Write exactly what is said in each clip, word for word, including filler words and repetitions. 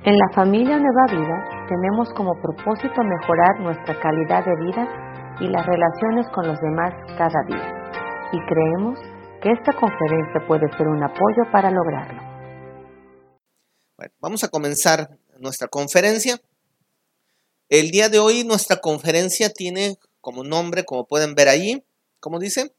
En la familia Nueva Vida tenemos como propósito mejorar nuestra calidad de vida y las relaciones con los demás cada día. Y creemos que esta conferencia puede ser un apoyo para lograrlo. Bueno, vamos a comenzar nuestra conferencia. El día de hoy nuestra conferencia tiene como nombre, como pueden ver ahí, ¿cómo dice?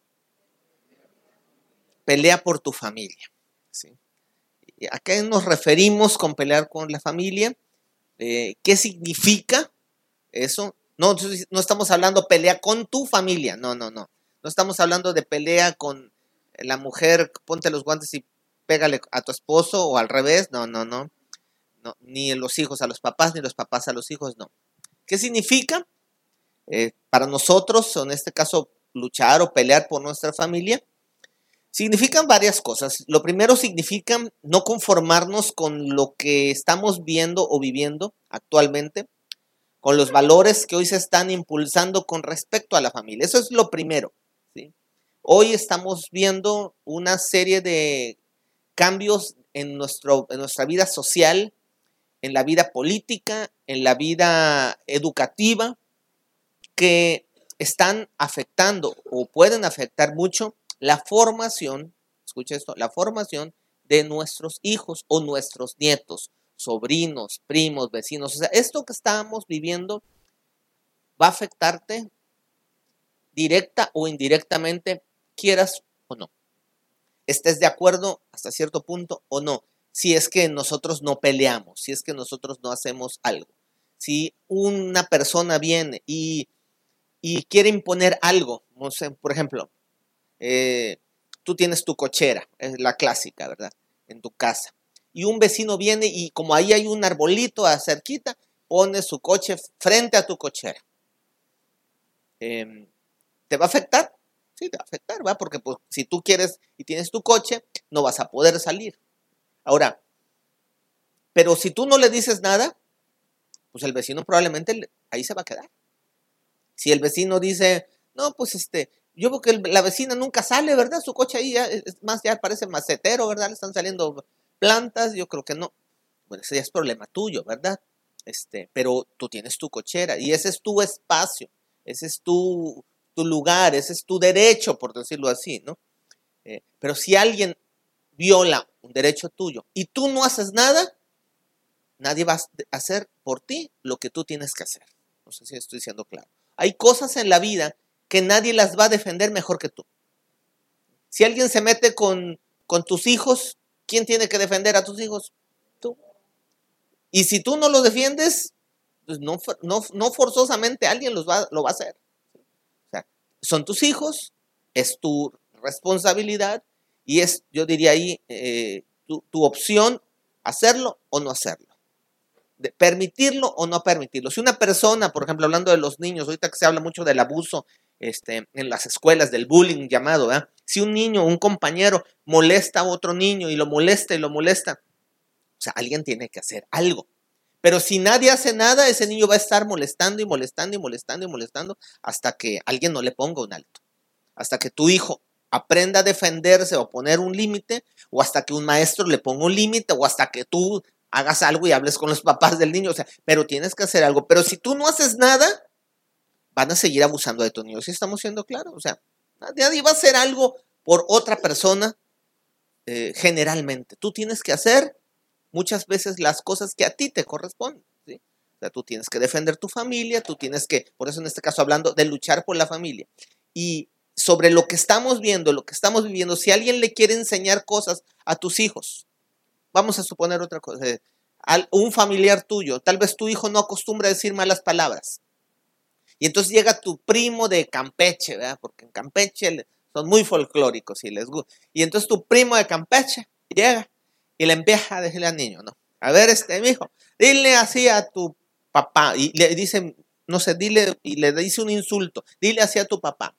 Pelea por tu familia. ¿Sí? ¿A qué nos referimos con pelear con la familia? Eh, ¿Qué significa eso? No, no estamos hablando pelea con tu familia, no, no, no. No estamos hablando de pelea con la mujer, ponte los guantes y pégale a tu esposo o al revés, no, no, no. no ni los hijos a los papás, ni los papás a los hijos, no. ¿Qué significa? Eh, para nosotros, en este caso, luchar o pelear por nuestra familia, significan varias cosas. Lo primero significa no conformarnos con lo que estamos viendo o viviendo actualmente, con los valores que hoy se están impulsando con respecto a la familia. Eso es lo primero, ¿sí? Hoy estamos viendo una serie de cambios en, nuestro, en nuestra vida social, en la vida política, en la vida educativa, que están afectando o pueden afectar mucho la formación, escucha esto, la formación de nuestros hijos o nuestros nietos, sobrinos, primos, vecinos. O sea, esto que estamos viviendo va a afectarte directa o indirectamente, quieras o no. Estés de acuerdo hasta cierto punto o no, si es que nosotros no peleamos, si es que nosotros no hacemos algo. Si una persona viene y, y quiere imponer algo, no sé, por ejemplo, Eh, tú tienes tu cochera, es la clásica, ¿verdad? En tu casa. Y un vecino viene y como ahí hay un arbolito cerquita, pone su coche frente a tu cochera. Eh, ¿Te va a afectar? Sí, te va a afectar, ¿va? Porque pues, si tú quieres y tienes tu coche, no vas a poder salir. Ahora, pero si tú no le dices nada, pues el vecino probablemente ahí se va a quedar. Si el vecino dice, no, pues este... Yo veo que la vecina nunca sale, ¿verdad? Su coche ahí ya, es más, ya parece macetero, ¿verdad? Le están saliendo plantas, yo creo que no. Bueno, ese ya es problema tuyo, ¿verdad? Este, pero tú tienes tu cochera y ese es tu espacio, ese es tu, tu lugar, ese es tu derecho, por decirlo así, ¿no? Eh, pero si alguien viola un derecho tuyo y tú no haces nada, nadie va a hacer por ti lo que tú tienes que hacer. No sé si estoy siendo claro. Hay cosas en la vida que nadie las va a defender mejor que tú. Si alguien se mete con, con tus hijos, ¿quién tiene que defender a tus hijos? Tú. Y si tú no lo defiendes, pues no, no, no forzosamente alguien los va, lo va a hacer. O sea, son tus hijos, es tu responsabilidad y es, yo diría ahí, eh, tu, tu opción hacerlo o no hacerlo. De permitirlo o no permitirlo. Si una persona, por ejemplo, hablando de los niños, ahorita que se habla mucho del abuso este, en las escuelas, del bullying llamado, ¿verdad? Si un niño, un compañero molesta a otro niño y lo molesta y lo molesta, o sea, alguien tiene que hacer algo. Pero si nadie hace nada, ese niño va a estar molestando y molestando y molestando y molestando hasta que alguien no le ponga un alto. Hasta que tu hijo aprenda a defenderse o poner un límite, o hasta que un maestro le ponga un límite, o hasta que tú hagas algo y hables con los papás del niño, o sea, pero tienes que hacer algo. Pero si tú no haces nada, van a seguir abusando de tu niño. ¿Sí estamos siendo claros? O sea, nadie va a hacer algo por otra persona eh, generalmente. Tú tienes que hacer muchas veces las cosas que a ti te corresponden, ¿sí? O sea, tú tienes que defender tu familia, tú tienes que, por eso en este caso hablando de luchar por la familia. Y sobre lo que estamos viendo, lo que estamos viviendo, si alguien le quiere enseñar cosas a tus hijos, vamos a suponer otra cosa, eh, un familiar tuyo, tal vez tu hijo no acostumbra a decir malas palabras. Y entonces llega tu primo de Campeche, ¿verdad? Porque en Campeche son muy folclóricos y les gusta. Y entonces tu primo de Campeche llega y le empieza a decirle al niño, ¿no? A ver, este, mijo, dile así a tu papá. Y le dice, no sé, dile, y le dice un insulto, dile así a tu papá.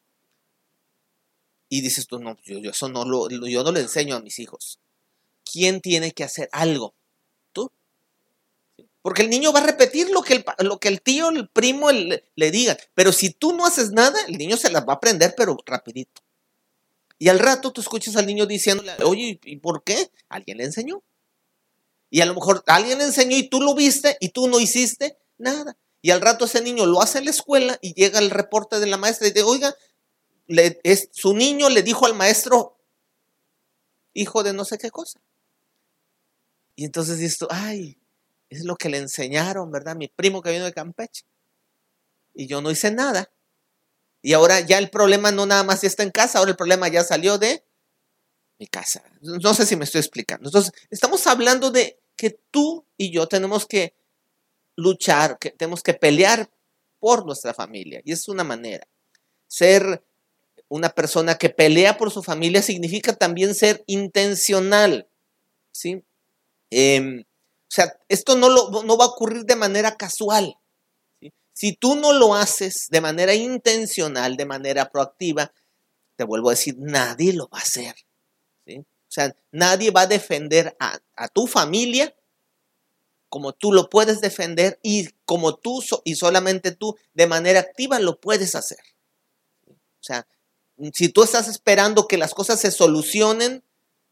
Y dices tú, no, yo, yo eso no lo, yo no le enseño a mis hijos. ¿Quién tiene que hacer algo? Tú. Porque el niño va a repetir lo que el, lo que el tío, el primo el, le diga. Pero si tú no haces nada, el niño se las va a aprender, pero rapidito. Y al rato tú escuchas al niño diciéndole, oye, ¿y por qué? Alguien le enseñó. Y a lo mejor alguien le enseñó y tú lo viste y tú no hiciste nada. Y al rato ese niño lo hace en la escuela y llega el reporte de la maestra y dice, oiga, le, es, su niño le dijo al maestro, hijo de no sé qué cosa. Y entonces dices tú, ay, es lo que le enseñaron, ¿verdad? Mi primo que vino de Campeche. Y yo no hice nada. Y ahora ya el problema no nada más está en casa, ahora el problema ya salió de mi casa. No sé si me estoy explicando. Entonces, estamos hablando de que tú y yo tenemos que luchar, que tenemos que pelear por nuestra familia. Y es una manera. Ser una persona que pelea por su familia significa también ser intencional, ¿sí? Eh, o sea, esto no, lo, no va a ocurrir de manera casual. ¿Sí? Si tú no lo haces de manera intencional, de manera proactiva, te vuelvo a decir, nadie lo va a hacer. ¿Sí? O sea, nadie va a defender a, a tu familia como tú lo puedes defender y como tú y solamente tú de manera activa lo puedes hacer. ¿Sí? O sea, si tú estás esperando que las cosas se solucionen,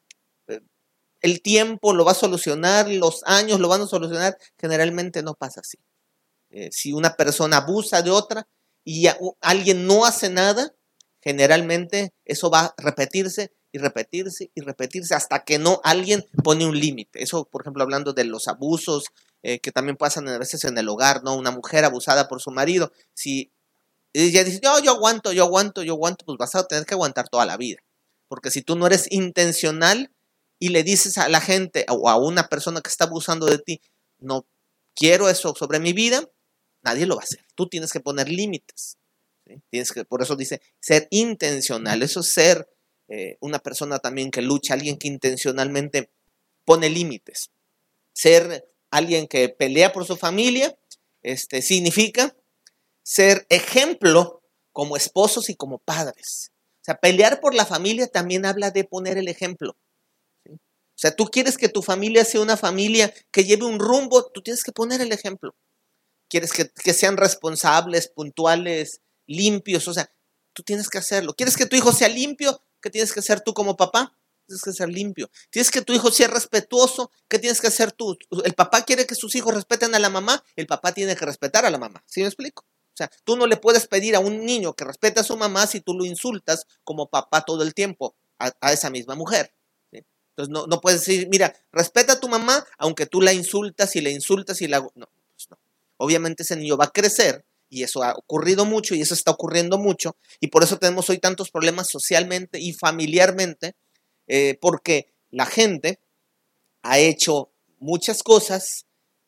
el tiempo lo va a solucionar, los años lo van a solucionar, generalmente no pasa así. Eh, si una persona abusa de otra y a, uh, alguien no hace nada, generalmente eso va a repetirse y repetirse y repetirse hasta que no alguien pone un límite. Eso, por ejemplo, hablando de los abusos eh, que también pasan a veces en el hogar, ¿no? Una mujer abusada por su marido, si ella dice, yo, yo aguanto, yo aguanto, yo aguanto, pues vas a tener que aguantar toda la vida. Porque si tú no eres intencional y le dices a la gente o a una persona que está abusando de ti, no quiero eso sobre mi vida, nadie lo va a hacer. Tú tienes que poner límites. ¿Sí? Tienes que, por eso dice ser intencional. Eso es ser eh, una persona también que lucha, alguien que intencionalmente pone límites. Ser alguien que pelea por su familia este, significa ser ejemplo como esposos y como padres. O sea, pelear por la familia también habla de poner el ejemplo. ¿Sí? O sea, tú quieres que tu familia sea una familia que lleve un rumbo, tú tienes que poner el ejemplo. Quieres que, que sean responsables, puntuales, limpios, o sea, tú tienes que hacerlo. ¿Quieres que tu hijo sea limpio? ¿Qué tienes que hacer tú como papá? Tienes que ser limpio. ¿Quieres que tu hijo sea respetuoso? ¿Qué tienes que hacer tú? El papá quiere que sus hijos respeten a la mamá, el papá tiene que respetar a la mamá. ¿Sí me explico? O sea, tú no le puedes pedir a un niño que respete a su mamá si tú lo insultas como papá todo el tiempo a, a esa misma mujer. ¿Sí? Entonces no, no puedes decir, mira, respeta a tu mamá aunque tú la insultas y la insultas y la... No, pues no. Obviamente ese niño va a crecer y eso ha ocurrido mucho y eso está ocurriendo mucho y por eso tenemos hoy tantos problemas socialmente y familiarmente eh, porque la gente ha hecho muchas cosas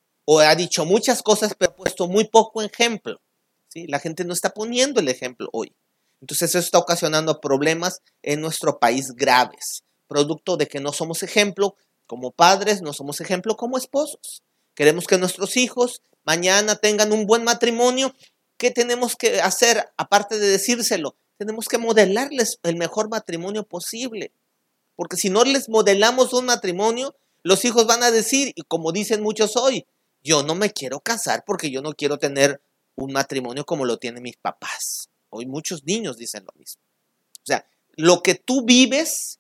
o ha dicho muchas cosas pero ha puesto muy poco ejemplo. ¿Sí? La gente no está poniendo el ejemplo hoy. Entonces eso está ocasionando problemas en nuestro país graves, producto de que no somos ejemplo como padres, no somos ejemplo como esposos. Queremos que nuestros hijos mañana tengan un buen matrimonio. ¿Qué tenemos que hacer aparte de decírselo? Tenemos que modelarles el mejor matrimonio posible. Porque si no les modelamos un matrimonio, los hijos van a decir, y como dicen muchos hoy, yo no me quiero casar porque yo no quiero tener un matrimonio como lo tienen mis papás. Hoy muchos niños dicen lo mismo. O sea, lo que tú vives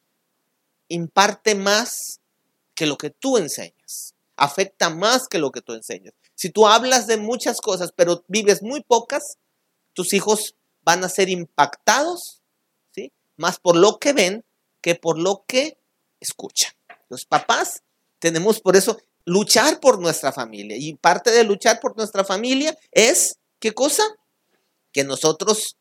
imparte más que lo que tú enseñas. Afecta más que lo que tú enseñas. Si tú hablas de muchas cosas, pero vives muy pocas, tus hijos van a ser impactados, ¿sí? Más por lo que ven que por lo que escuchan. Los papás tenemos por eso luchar por nuestra familia. Y parte de luchar por nuestra familia es, ¿qué cosa? Que nosotros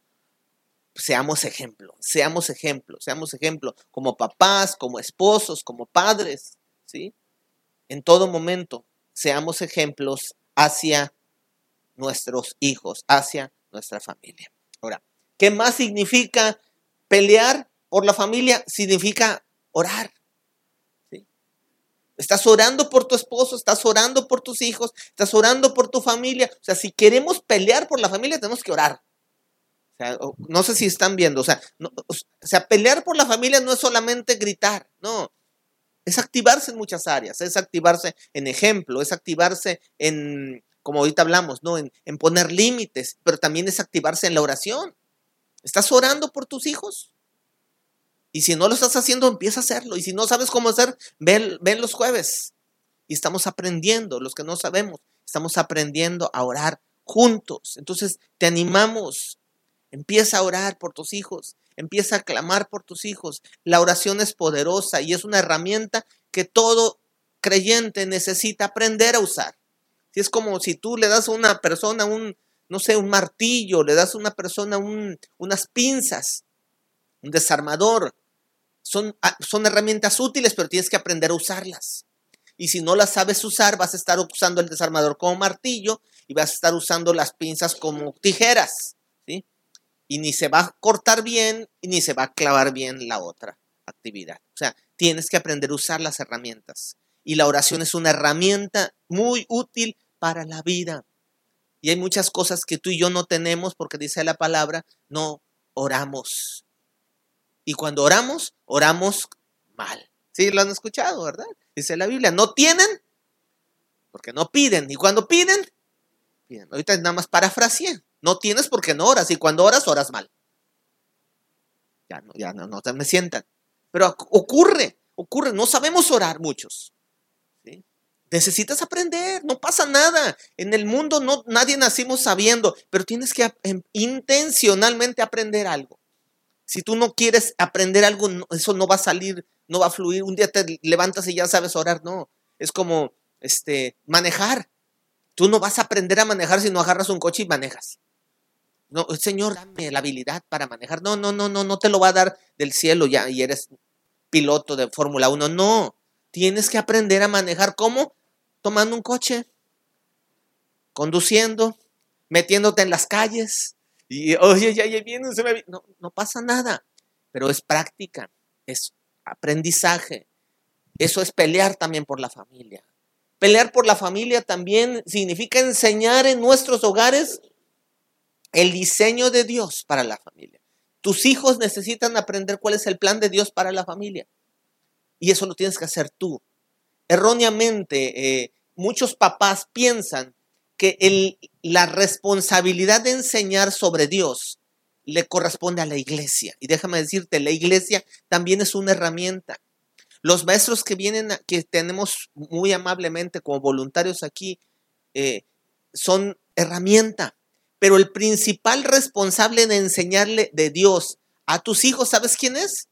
seamos ejemplo, seamos ejemplo, seamos ejemplo como papás, como esposos, como padres, ¿sí? En todo momento, seamos ejemplos hacia nuestros hijos, hacia nuestra familia. Ahora, ¿qué más significa pelear por la familia? Significa orar. ¿Sí? Estás orando por tu esposo, estás orando por tus hijos, estás orando por tu familia. O sea, si queremos pelear por la familia, tenemos que orar. O sea, no sé si están viendo. O sea, no, o sea, pelear por la familia no es solamente gritar, no. Es activarse en muchas áreas, es activarse en ejemplo, es activarse en, como ahorita hablamos, ¿no? En, en poner límites, pero también es activarse en la oración. ¿Estás orando por tus hijos? Y si no lo estás haciendo, empieza a hacerlo. Y si no sabes cómo hacer, ven, ven los jueves. y estamos aprendiendo. Los que no sabemos, estamos aprendiendo a orar juntos. Entonces te animamos. Empieza a orar por tus hijos. Empieza a clamar por tus hijos. La oración es poderosa y es una herramienta que todo creyente necesita aprender a usar. Si es como si tú le das a una persona un, no sé, un martillo, le das a una persona un, unas pinzas, un desarmador. Son, son herramientas útiles, pero tienes que aprender a usarlas. Y si no las sabes usar, vas a estar usando el desarmador como martillo y vas a estar usando las pinzas como tijeras, ¿sí? Y ni se va a cortar bien y ni se va a clavar bien la otra actividad. O sea, tienes que aprender a usar las herramientas. Y la oración es una herramienta muy útil para la vida. Y hay muchas cosas que tú y yo no tenemos porque dice la palabra, no oramos. Y cuando oramos, oramos mal. Sí, lo han escuchado, ¿verdad? Dice la Biblia, no tienen porque no piden. Y cuando piden, piden. Ahorita nada más parafraseé. No tienes porque no oras. Y cuando oras, oras mal. Ya no, ya no, no me sientan. Pero ocurre, ocurre. No sabemos orar muchos. ¿Sí? Necesitas aprender, no pasa nada. En el mundo no, nadie nacimos sabiendo, pero tienes que intencionalmente aprender algo. Si tú no quieres aprender algo, eso no va a salir, no va a fluir. Un día te levantas y ya sabes orar, no. Es como este, manejar. Tú no vas a aprender a manejar si no agarras un coche y manejas. No, Señor, dame la habilidad para manejar. No, no, no, no, no te lo va a dar del cielo ya y eres piloto de Fórmula uno. No, tienes que aprender a manejar. ¿Cómo? Tomando un coche, conduciendo, metiéndote en las calles. Y oye, ya, ya viene, se me... no, no pasa nada. Pero es práctica, es aprendizaje. Eso es pelear también por la familia. Pelear por la familia también significa enseñar en nuestros hogares el diseño de Dios para la familia. Tus hijos necesitan aprender cuál es el plan de Dios para la familia. Y eso lo tienes que hacer tú. Erróneamente, eh, muchos papás piensan que el, la responsabilidad de enseñar sobre Dios le corresponde a la iglesia. Y déjame decirte, la iglesia también es una herramienta. Los maestros que vienen, que tenemos muy amablemente como voluntarios aquí, eh, son herramienta. Pero el principal responsable de enseñarle de Dios a tus hijos, ¿sabes quién es?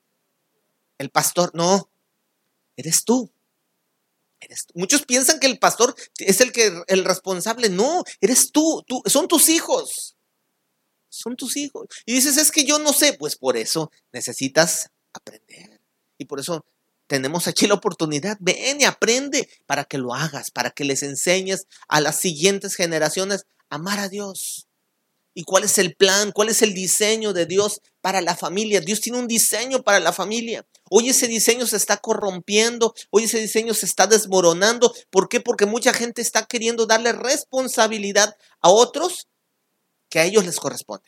El pastor. No, eres tú. Eres tú. Muchos piensan que el pastor es el, que, el responsable. No, eres tú, tú. Son tus hijos. Son tus hijos. Y dices, es que yo no sé. Pues por eso necesitas aprender. Y por eso tenemos aquí la oportunidad. Ven y aprende para que lo hagas, para que les enseñes a las siguientes generaciones a amar a Dios. ¿Y cuál es el plan? ¿Cuál es el diseño de Dios para la familia? Dios tiene un diseño para la familia. Hoy ese diseño se está corrompiendo. Hoy ese diseño se está desmoronando. ¿Por qué? Porque mucha gente está queriendo darle responsabilidad a otros que a ellos les corresponde.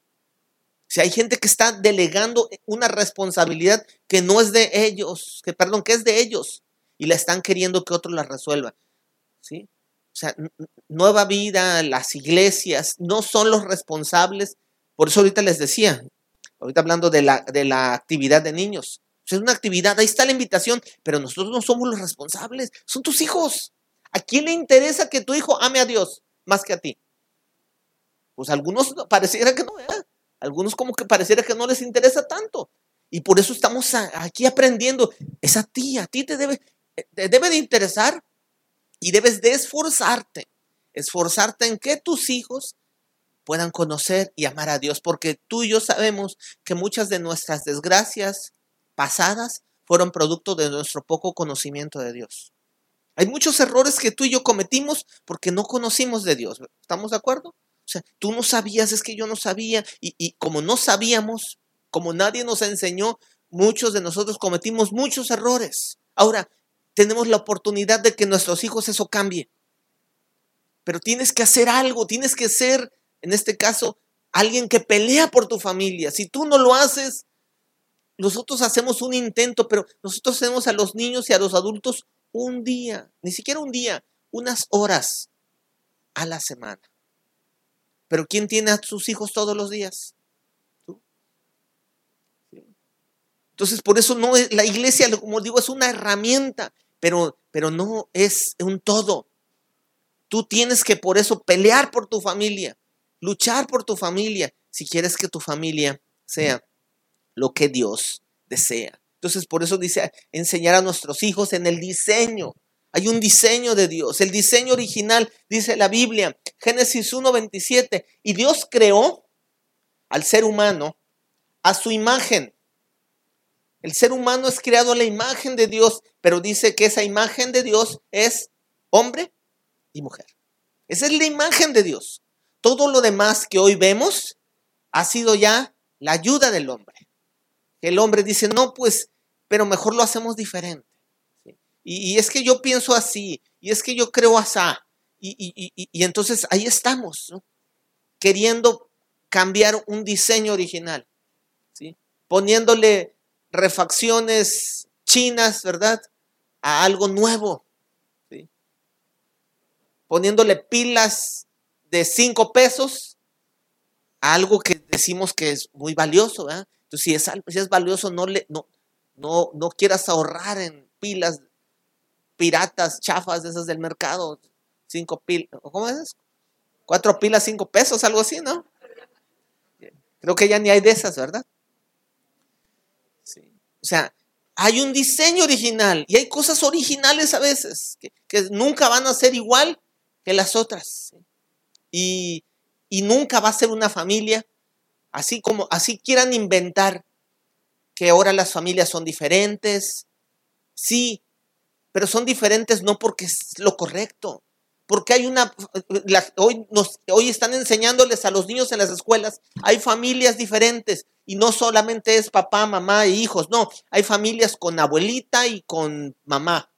Si hay gente que está delegando una responsabilidad que no es de ellos, que perdón, que es de ellos, y la están queriendo que otros la resuelvan. ¿Sí? O sea, Nueva Vida, las iglesias, no son los responsables. Por eso ahorita les decía, ahorita hablando de la, de la actividad de niños. O sea, es una actividad, ahí está la invitación, pero nosotros no somos los responsables, son tus hijos. ¿A quién le interesa que tu hijo ame a Dios más que a ti? Pues a algunos pareciera que no, ¿eh? Algunos como que pareciera que no les interesa tanto. Y por eso estamos aquí aprendiendo. Es a ti, a ti te debe, te debe de interesar. Y debes de esforzarte, esforzarte en que tus hijos puedan conocer y amar a Dios, porque tú y yo sabemos que muchas de nuestras desgracias pasadas fueron producto de nuestro poco conocimiento de Dios. Hay muchos errores que tú y yo cometimos porque no conocimos de Dios. ¿Estamos de acuerdo? O sea, tú no sabías, es que yo no sabía, y, y como no sabíamos, como nadie nos enseñó, muchos de nosotros cometimos muchos errores. Ahora, tenemos la oportunidad de que nuestros hijos eso cambie. Pero tienes que hacer algo, tienes que ser, en este caso, alguien que pelea por tu familia. Si tú no lo haces, nosotros hacemos un intento, pero nosotros hacemos a los niños y a los adultos un día, ni siquiera un día, unas horas a la semana. Pero ¿quién tiene a sus hijos todos los días? ¿Tú? Entonces, por eso no es, la iglesia, como digo, es una herramienta. Pero, pero no es un todo. Tú tienes que por eso pelear por tu familia, luchar por tu familia, si quieres que tu familia sea lo que Dios desea. Entonces, por eso dice enseñar a nuestros hijos en el diseño. Hay un diseño de Dios, el diseño original, dice la Biblia, Génesis uno veintisiete, y Dios creó al ser humano a su imagen. El ser humano es creado a la imagen de Dios, pero dice que esa imagen de Dios es hombre y mujer. Esa es la imagen de Dios. Todo lo demás que hoy vemos ha sido ya la ayuda del hombre. El hombre dice, no, pues, pero mejor lo hacemos diferente. ¿Sí? Y, y es que yo pienso así, y es que yo creo así. Y, y, y, y entonces ahí estamos, ¿no? Queriendo cambiar un diseño original, ¿sí? Poniéndole refacciones chinas, ¿verdad?, a algo nuevo, ¿sí? Poniéndole pilas de cinco pesos a algo que decimos que es muy valioso, ¿verdad? Entonces, si es, si es valioso, no, le, no, no, no quieras ahorrar en pilas piratas, chafas de esas del mercado. Cinco pilas, ¿cómo es? Cuatro pilas, cinco pesos, algo así, ¿no? Creo que ya ni hay de esas, ¿verdad? Sí. O sea, hay un diseño original y hay cosas originales a veces que, que nunca van a ser igual que las otras. ¿Sí? Y, y nunca va a ser una familia. Así como, así quieran inventar que ahora las familias son diferentes, sí, pero son diferentes no porque es lo correcto, porque hay una, la, hoy, nos, hoy están enseñándoles a los niños en las escuelas, hay familias diferentes, y no solamente es papá, mamá e hijos, no, hay familias con abuelita y con mamá.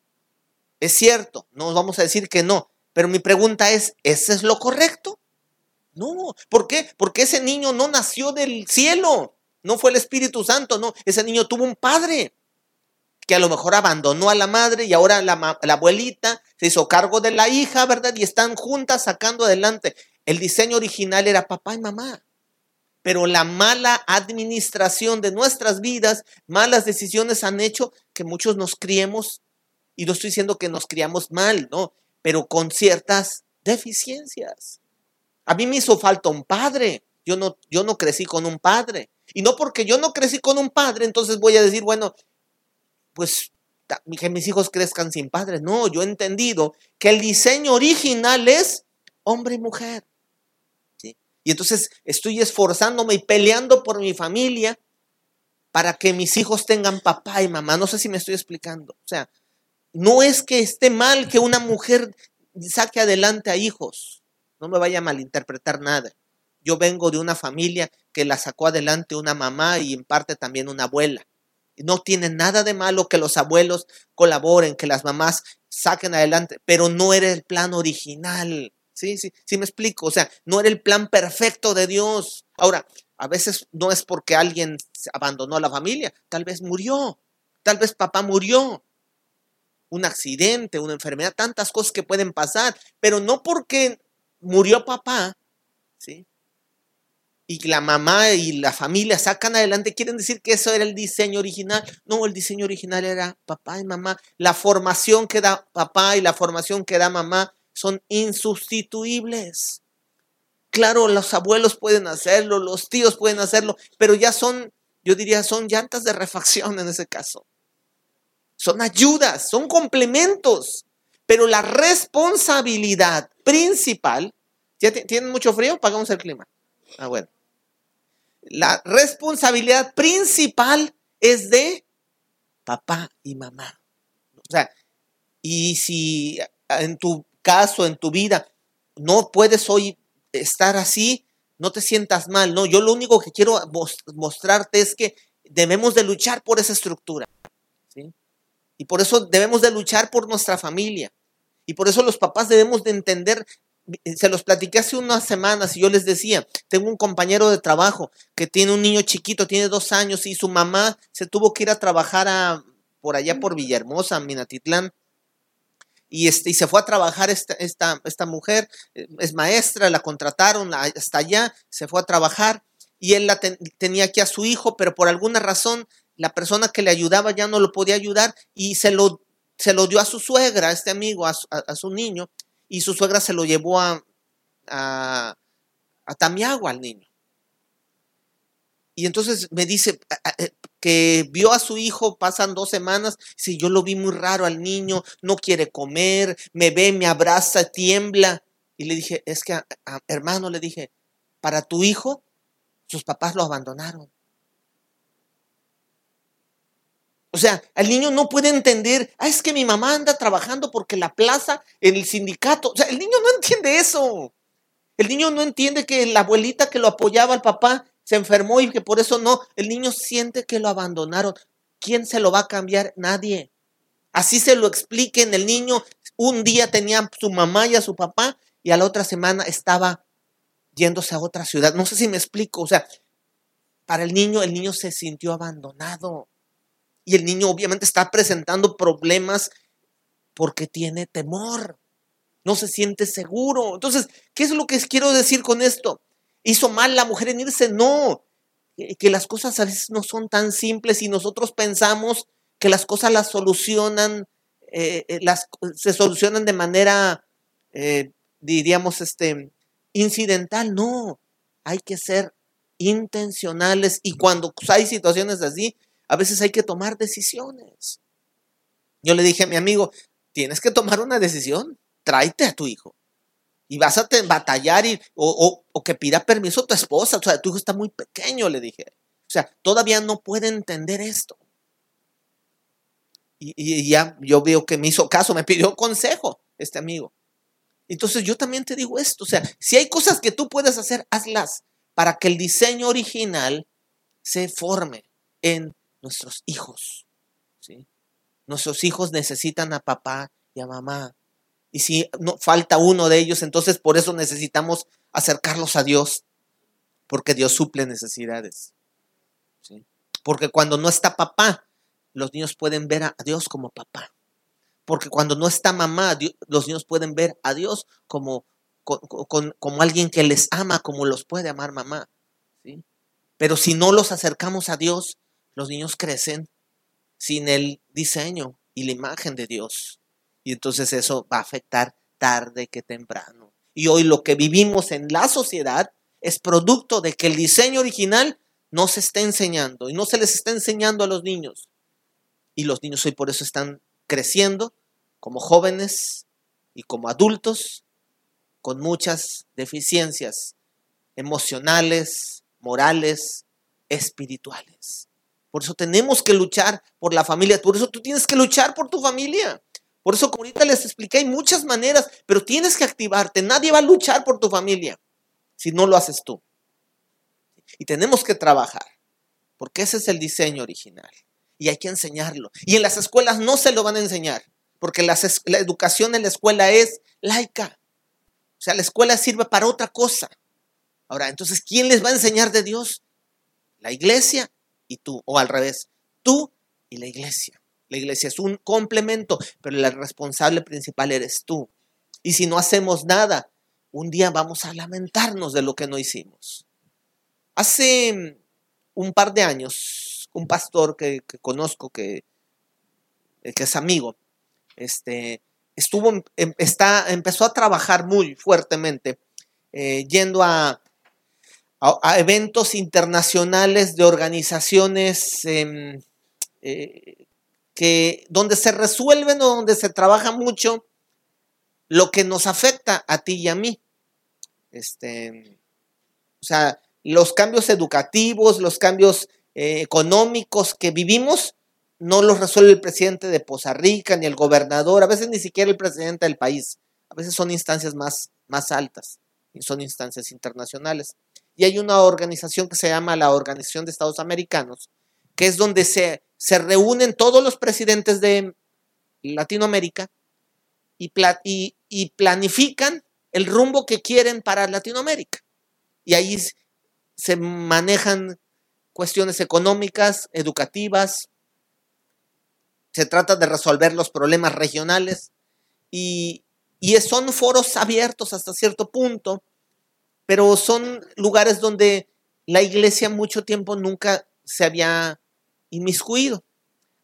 Es cierto, no vamos a decir que no, pero mi pregunta es, ¿eso es lo correcto? No, ¿por qué? Porque ese niño no nació del cielo, no fue el Espíritu Santo, no, ese niño tuvo un padre que a lo mejor abandonó a la madre y ahora la, la abuelita se hizo cargo de la hija, ¿verdad? Y están juntas sacando adelante. El diseño original era papá y mamá, pero la mala administración de nuestras vidas, malas decisiones han hecho que muchos nos criemos, y no estoy diciendo que nos criamos mal, ¿no? Pero con ciertas deficiencias. A mí me hizo falta un padre. Yo no, yo no crecí con un padre. Y no porque yo no crecí con un padre, entonces voy a decir, bueno, pues que mis hijos crezcan sin padre. No, yo he entendido que el diseño original es hombre y mujer. ¿Sí? Y entonces estoy esforzándome y peleando por mi familia para que mis hijos tengan papá y mamá. No sé si me estoy explicando. O sea, no es que esté mal que una mujer saque adelante a hijos. No me vaya a malinterpretar nada. Yo vengo de una familia que la sacó adelante una mamá y en parte también una abuela. No tiene nada de malo que los abuelos colaboren, que las mamás saquen adelante, pero no era el plan original. Sí, sí, sí me explico. O sea, no era el plan perfecto de Dios. Ahora, a veces no es porque alguien abandonó a la familia, tal vez murió, tal vez papá murió. Un accidente, una enfermedad, tantas cosas que pueden pasar, pero no porque murió papá, ¿sí? Y la mamá y la familia sacan adelante, quieren decir que eso era el diseño original. No, el diseño original era papá y mamá. La formación que da papá y la formación que da mamá son insustituibles. Claro, los abuelos pueden hacerlo, los tíos pueden hacerlo, pero ya son, yo diría, son llantas de refacción en ese caso. Son ayudas, son complementos, pero la responsabilidad principal, ¿ya tienen mucho frío? Pagamos el clima. Ah, bueno. La responsabilidad principal es de papá y mamá. O sea, y si en tu caso, en tu vida, no puedes hoy estar así, no te sientas mal. No, yo lo único que quiero mostrarte es que debemos de luchar por esa estructura, ¿sí? Y por eso debemos de luchar por nuestra familia. Y por eso los papás debemos de entender. Se los platiqué hace unas semanas y yo les decía, tengo un compañero de trabajo que tiene un niño chiquito, tiene dos años y su mamá se tuvo que ir a trabajar a, por allá por Villahermosa, Minatitlán. Y, este, y se fue a trabajar esta, esta, esta mujer, es maestra, la contrataron hasta allá, se fue a trabajar y él la ten, tenía aquí a su hijo, pero por alguna razón la persona que le ayudaba ya no lo podía ayudar y se lo se lo dio a su suegra, a este amigo, a su, a, a su niño, y su suegra se lo llevó a, a, a Tamiagua al niño. Y entonces me dice que vio a su hijo, pasan dos semanas, si yo lo vi muy raro al niño, no quiere comer, me ve, me abraza, tiembla. Y le dije, es que, a, a, hermano, le dije, para tu hijo, sus papás lo abandonaron. O sea, el niño no puede entender, ah, es que mi mamá anda trabajando porque la plaza, en el sindicato. O sea, el niño no entiende eso. El niño no entiende que la abuelita que lo apoyaba al papá se enfermó y que por eso no. El niño siente que lo abandonaron. ¿Quién se lo va a cambiar? Nadie. Así se lo expliquen. El niño un día tenía a su mamá y a su papá y a la otra semana estaba yéndose a otra ciudad. No sé si me explico. O sea, para el niño, el niño se sintió abandonado. Y el niño obviamente está presentando problemas porque tiene temor. No se siente seguro. Entonces, ¿qué es lo que quiero decir con esto? ¿Hizo mal la mujer en irse? No. Que las cosas a veces no son tan simples y nosotros pensamos que las cosas las solucionan, eh, las, se solucionan de manera, eh, diríamos, este, incidental. No. Hay que ser intencionales y cuando hay situaciones así, a veces hay que tomar decisiones. Yo le dije a mi amigo, tienes que tomar una decisión. Tráete a tu hijo. Y vas a te, batallar y, o, o, o que pida permiso a tu esposa. O sea, tu hijo está muy pequeño, le dije. O sea, todavía no puede entender esto. Y, y ya yo veo que me hizo caso, me pidió consejo este amigo. Entonces yo también te digo esto. O sea, si hay cosas que tú puedes hacer, hazlas para que el diseño original se forme en nuestros hijos. ¿Sí? Nuestros hijos necesitan a papá y a mamá. Y si no, falta uno de ellos, entonces por eso necesitamos acercarlos a Dios, porque Dios suple necesidades. ¿Sí? Porque cuando no está papá, los niños pueden ver a Dios como papá. Porque cuando no está mamá, Dios, los niños pueden ver a Dios como, con, con, como alguien que les ama, como los puede amar mamá. ¿Sí? Pero si no los acercamos a Dios, los niños crecen sin el diseño y la imagen de Dios. Y entonces eso va a afectar tarde que temprano. Y hoy lo que vivimos en la sociedad es producto de que el diseño original no se está enseñando y no se les está enseñando a los niños. Y los niños hoy por eso están creciendo como jóvenes y como adultos con muchas deficiencias emocionales, morales, espirituales. Por eso tenemos que luchar por la familia. Por eso tú tienes que luchar por tu familia. Por eso, como ahorita les expliqué, hay muchas maneras, pero tienes que activarte. Nadie va a luchar por tu familia si no lo haces tú. Y tenemos que trabajar, porque ese es el diseño original. Y hay que enseñarlo. Y en las escuelas no se lo van a enseñar, porque las, la educación en la escuela es laica. O sea, la escuela sirve para otra cosa. Ahora, entonces, ¿quién les va a enseñar de Dios? La iglesia y tú, o al revés, tú y la iglesia. La iglesia es un complemento, pero el responsable principal eres tú. Y si no hacemos nada, un día vamos a lamentarnos de lo que no hicimos. Hace un par de años, un pastor que, que conozco, que, que es amigo, este, estuvo, está, empezó a trabajar muy fuertemente, eh, yendo a, a, a eventos internacionales de organizaciones eh, eh, que, donde se resuelven o donde se trabaja mucho lo que nos afecta a ti y a mí. Este, o sea, los cambios educativos, los cambios eh, económicos que vivimos, no los resuelve el presidente de Poza Rica, ni el gobernador, a veces ni siquiera el presidente del país. A veces son instancias más, más altas y son instancias internacionales. Y hay una organización que se llama la Organización de Estados Americanos, que es donde se, se reúnen todos los presidentes de Latinoamérica y, pla, y, y planifican el rumbo que quieren para Latinoamérica. Y ahí se manejan cuestiones económicas, educativas, se trata de resolver los problemas regionales y, y son foros abiertos hasta cierto punto, pero son lugares donde la iglesia mucho tiempo nunca se había inmiscuido.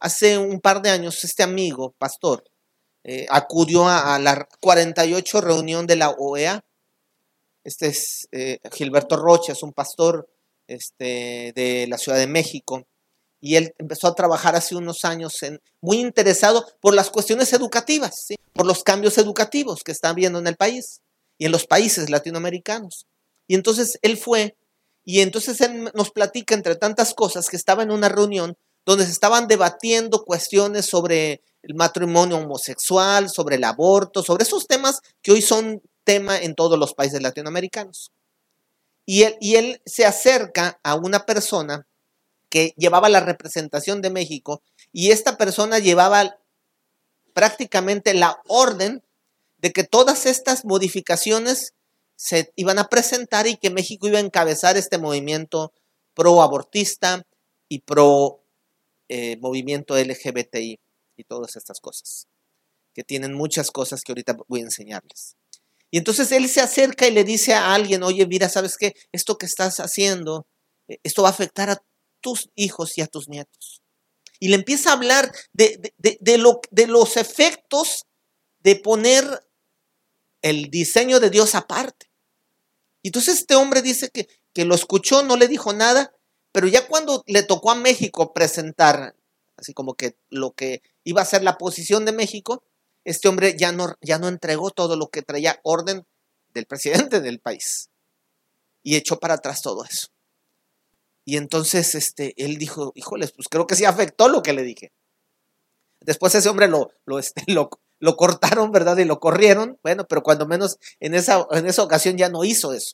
hace un par de años este amigo, pastor, eh, acudió a, a la cuarenta y ocho reunión de la O E A. Este es eh, Gilberto Rocha, es un pastor este, de la Ciudad de México. Y él empezó a trabajar hace unos años en, muy interesado por las cuestiones educativas, ¿sí? Por los cambios educativos que están viendo en el país y en los países latinoamericanos. Y entonces él fue, y entonces él nos platica entre tantas cosas que estaba en una reunión donde se estaban debatiendo cuestiones sobre el matrimonio homosexual, sobre el aborto, sobre esos temas que hoy son tema en todos los países latinoamericanos. Y él, y él se acerca a una persona que llevaba la representación de México, y esta persona llevaba prácticamente la orden de que todas estas modificaciones se iban a presentar y que México iba a encabezar este movimiento pro-abortista y pro eh, movimiento L G B T I y todas estas cosas, que tienen muchas cosas que ahorita voy a enseñarles. Y entonces él se acerca y le dice a alguien, oye, mira, ¿sabes qué? Esto que estás haciendo, esto va a afectar a tus hijos y a tus nietos. Y le empieza a hablar de, de, de, de, lo, de los efectos de poner el diseño de Dios aparte. Y entonces este hombre dice que, que lo escuchó, no le dijo nada, pero ya cuando le tocó a México presentar, así como que lo que iba a ser la posición de México, este hombre ya no, ya no entregó todo lo que traía orden del presidente del país y echó para atrás todo eso. Y entonces este, él dijo, híjoles, pues creo que sí afectó lo que le dije. Después ese hombre lo, lo, este, lo, lo cortaron, ¿verdad? Y lo corrieron. Bueno, pero cuando menos en esa, en esa ocasión ya no hizo eso.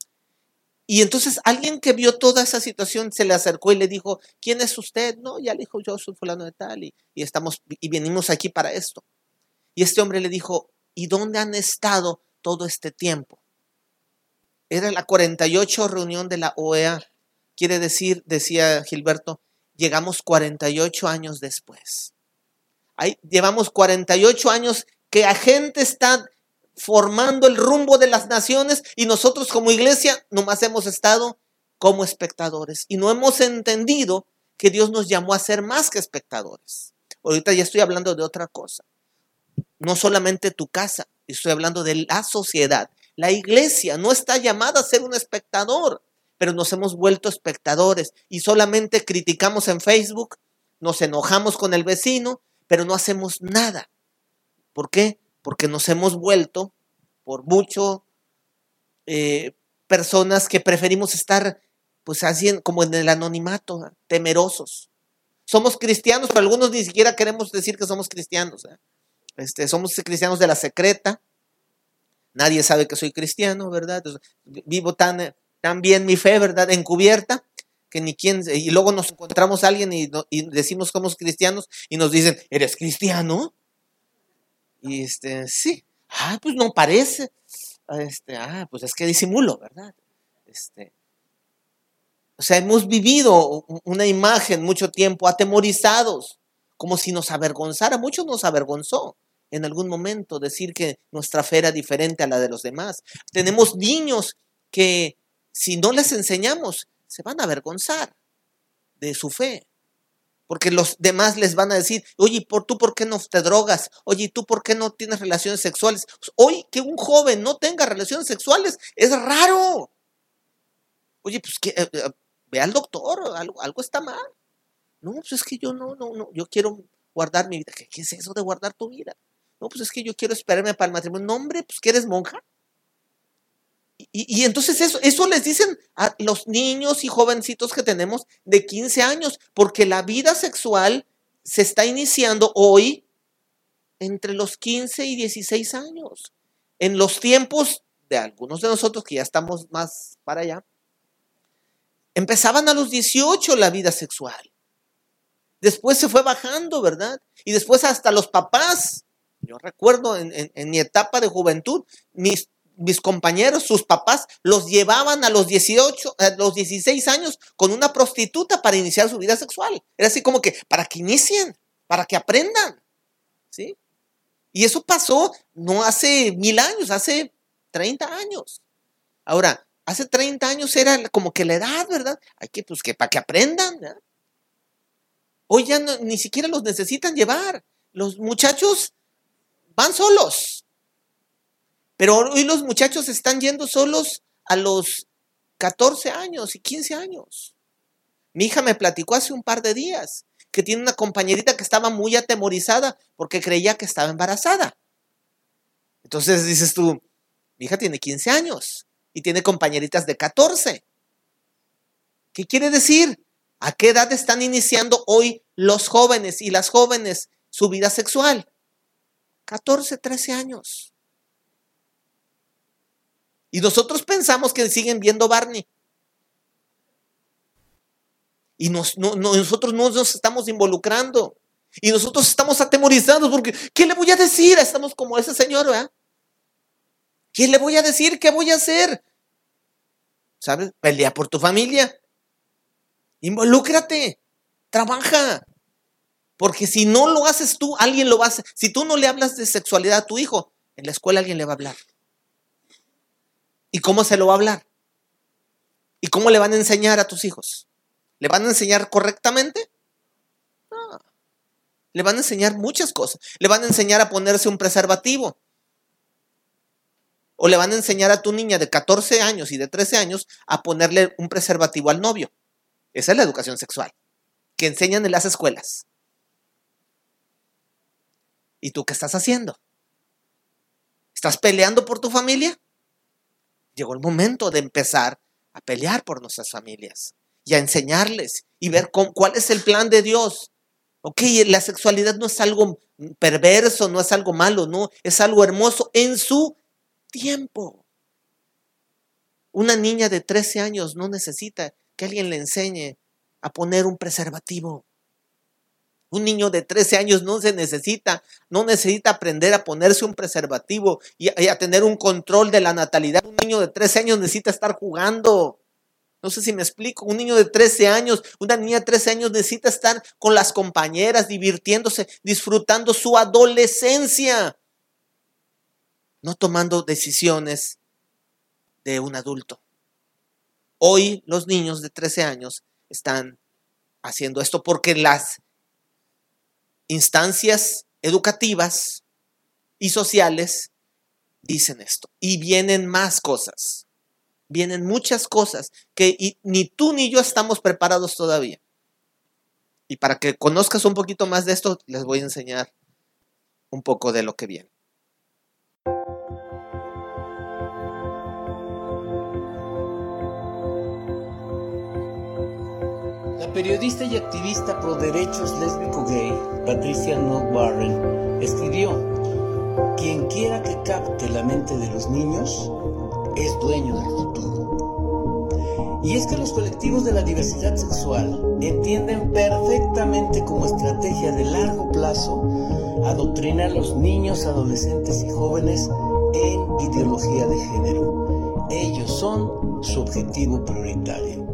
Y entonces alguien que vio toda esa situación se le acercó y le dijo, ¿quién es usted? No, ya le dijo, yo soy fulano de tal y, y, estamos, y venimos aquí para esto. Y este hombre le dijo, ¿y dónde han estado todo este tiempo? Era la cuarenta y ocho reunión de la O E A. Quiere decir, decía Gilberto, llegamos cuarenta y ocho años después. Ahí llevamos cuarenta y ocho años que la gente está formando el rumbo de las naciones y nosotros como iglesia nomás hemos estado como espectadores y no hemos entendido que Dios nos llamó a ser más que espectadores. Ahorita ya estoy hablando de otra cosa. No solamente tu casa, estoy hablando de la sociedad. La iglesia no está llamada a ser un espectador, pero nos hemos vuelto espectadores y solamente criticamos en Facebook, nos enojamos con el vecino, pero no hacemos nada. ¿Por qué? Porque nos hemos vuelto, por mucho, eh, personas que preferimos estar pues así como en el anonimato, ¿eh? Temerosos. Somos cristianos, pero algunos ni siquiera queremos decir que somos cristianos. ¿eh? Este, somos cristianos de la secreta. Nadie sabe que soy cristiano, ¿verdad? Entonces, vivo tan, tan bien mi fe, ¿verdad? Encubierta, que ni quién. Y luego nos encontramos a alguien y, y decimos que somos cristianos y nos dicen, ¿eres cristiano? Y este, sí. Ah, pues no parece. Este, ah, pues es que disimulo, ¿verdad? Este. O sea, hemos vivido una imagen mucho tiempo atemorizados, como si nos avergonzara. Muchos nos avergonzó en algún momento decir que nuestra fe era diferente a la de los demás. Tenemos niños que si no les enseñamos, se van a avergonzar de su fe. Porque los demás les van a decir, oye, ¿tú por qué no te drogas? Oye, ¿tú por qué no tienes relaciones sexuales? Hoy que un joven no tenga relaciones sexuales es raro. Oye, pues que eh, eh, ve al doctor, algo, algo está mal. No, pues es que yo no, no, no, yo quiero guardar mi vida. ¿Qué, qué es eso de guardar tu vida? No, pues es que yo quiero esperarme para el matrimonio. No, hombre, pues que eres monja. Y, y, y entonces eso, eso les dicen a los niños y jovencitos que tenemos de quince años, porque la vida sexual se está iniciando hoy entre los quince y dieciséis años. En los tiempos de algunos de nosotros que ya estamos más para allá, empezaban a los dieciocho la vida sexual. Después se fue bajando, ¿verdad? Y después hasta los papás. Yo recuerdo en, en, en mi etapa de juventud, mis, mis compañeros, sus papás, los llevaban a los dieciocho, a los dieciséis años con una prostituta para iniciar su vida sexual. Era así como que, para que inicien, para que aprendan, ¿sí? Y eso pasó no hace mil años, hace treinta años. Ahora, hace treinta años era como que la edad, ¿verdad? Hay que, pues, que para que aprendan, ¿verdad? Hoy ya no, ni siquiera los necesitan llevar. Los muchachos van solos. Pero hoy los muchachos están yendo solos a los catorce años y quince años. Mi hija me platicó hace un par de días que tiene una compañerita que estaba muy atemorizada porque creía que estaba embarazada. Entonces dices tú, mi hija tiene quince años y tiene compañeritas de catorce. ¿Qué quiere decir? ¿A qué edad están iniciando hoy los jóvenes y las jóvenes su vida sexual? catorce, trece años. Y nosotros pensamos que siguen viendo Barney. Y nos, no, no, nosotros no nos estamos involucrando. Y nosotros estamos atemorizados porque, ¿qué le voy a decir? Estamos como ese señor, ¿verdad? ¿Qué le voy a decir? ¿Qué voy a hacer? ¿Sabes? Pelea por tu familia. Involúcrate. Trabaja. Porque si no lo haces tú, alguien lo va a hacer. Si tú no le hablas de sexualidad a tu hijo, en la escuela alguien le va a hablar. ¿Y cómo se lo va a hablar? ¿Y cómo le van a enseñar a tus hijos? ¿Le van a enseñar correctamente? No. Le van a enseñar muchas cosas. Le van a enseñar a ponerse un preservativo. O le van a enseñar a tu niña de catorce años y de trece años a ponerle un preservativo al novio. Esa es la educación sexual que enseñan en las escuelas. ¿Y tú qué estás haciendo? ¿Estás peleando por tu familia? Llegó el momento de empezar a pelear por nuestras familias y a enseñarles y ver cómo, cuál es el plan de Dios. Ok, la sexualidad no es algo perverso, no es algo malo, no, es algo hermoso en su tiempo. Una niña de trece años no necesita que alguien le enseñe a poner un preservativo. Un niño de trece años no se necesita, no necesita aprender a ponerse un preservativo y a, y a tener un control de la natalidad. Un niño de trece años necesita estar jugando. No sé si me explico. Un niño de trece años, una niña de trece años necesita estar con las compañeras, divirtiéndose, disfrutando su adolescencia. No tomando decisiones de un adulto. Hoy los niños de trece años están haciendo esto porque las instancias educativas y sociales dicen esto. Y vienen más cosas. Vienen muchas cosas que y, ni tú ni yo estamos preparados todavía. Y para que conozcas un poquito más de esto, les voy a enseñar un poco de lo que viene. La periodista y activista pro derechos lésbico-gay, Patricia Knoll Warren, escribió: quien quiera que capte la mente de los niños es dueño del futuro. Y es que los colectivos de la diversidad sexual entienden perfectamente como estrategia de largo plazo adoctrinar a los niños, adolescentes y jóvenes en ideología de género. Ellos son su objetivo prioritario.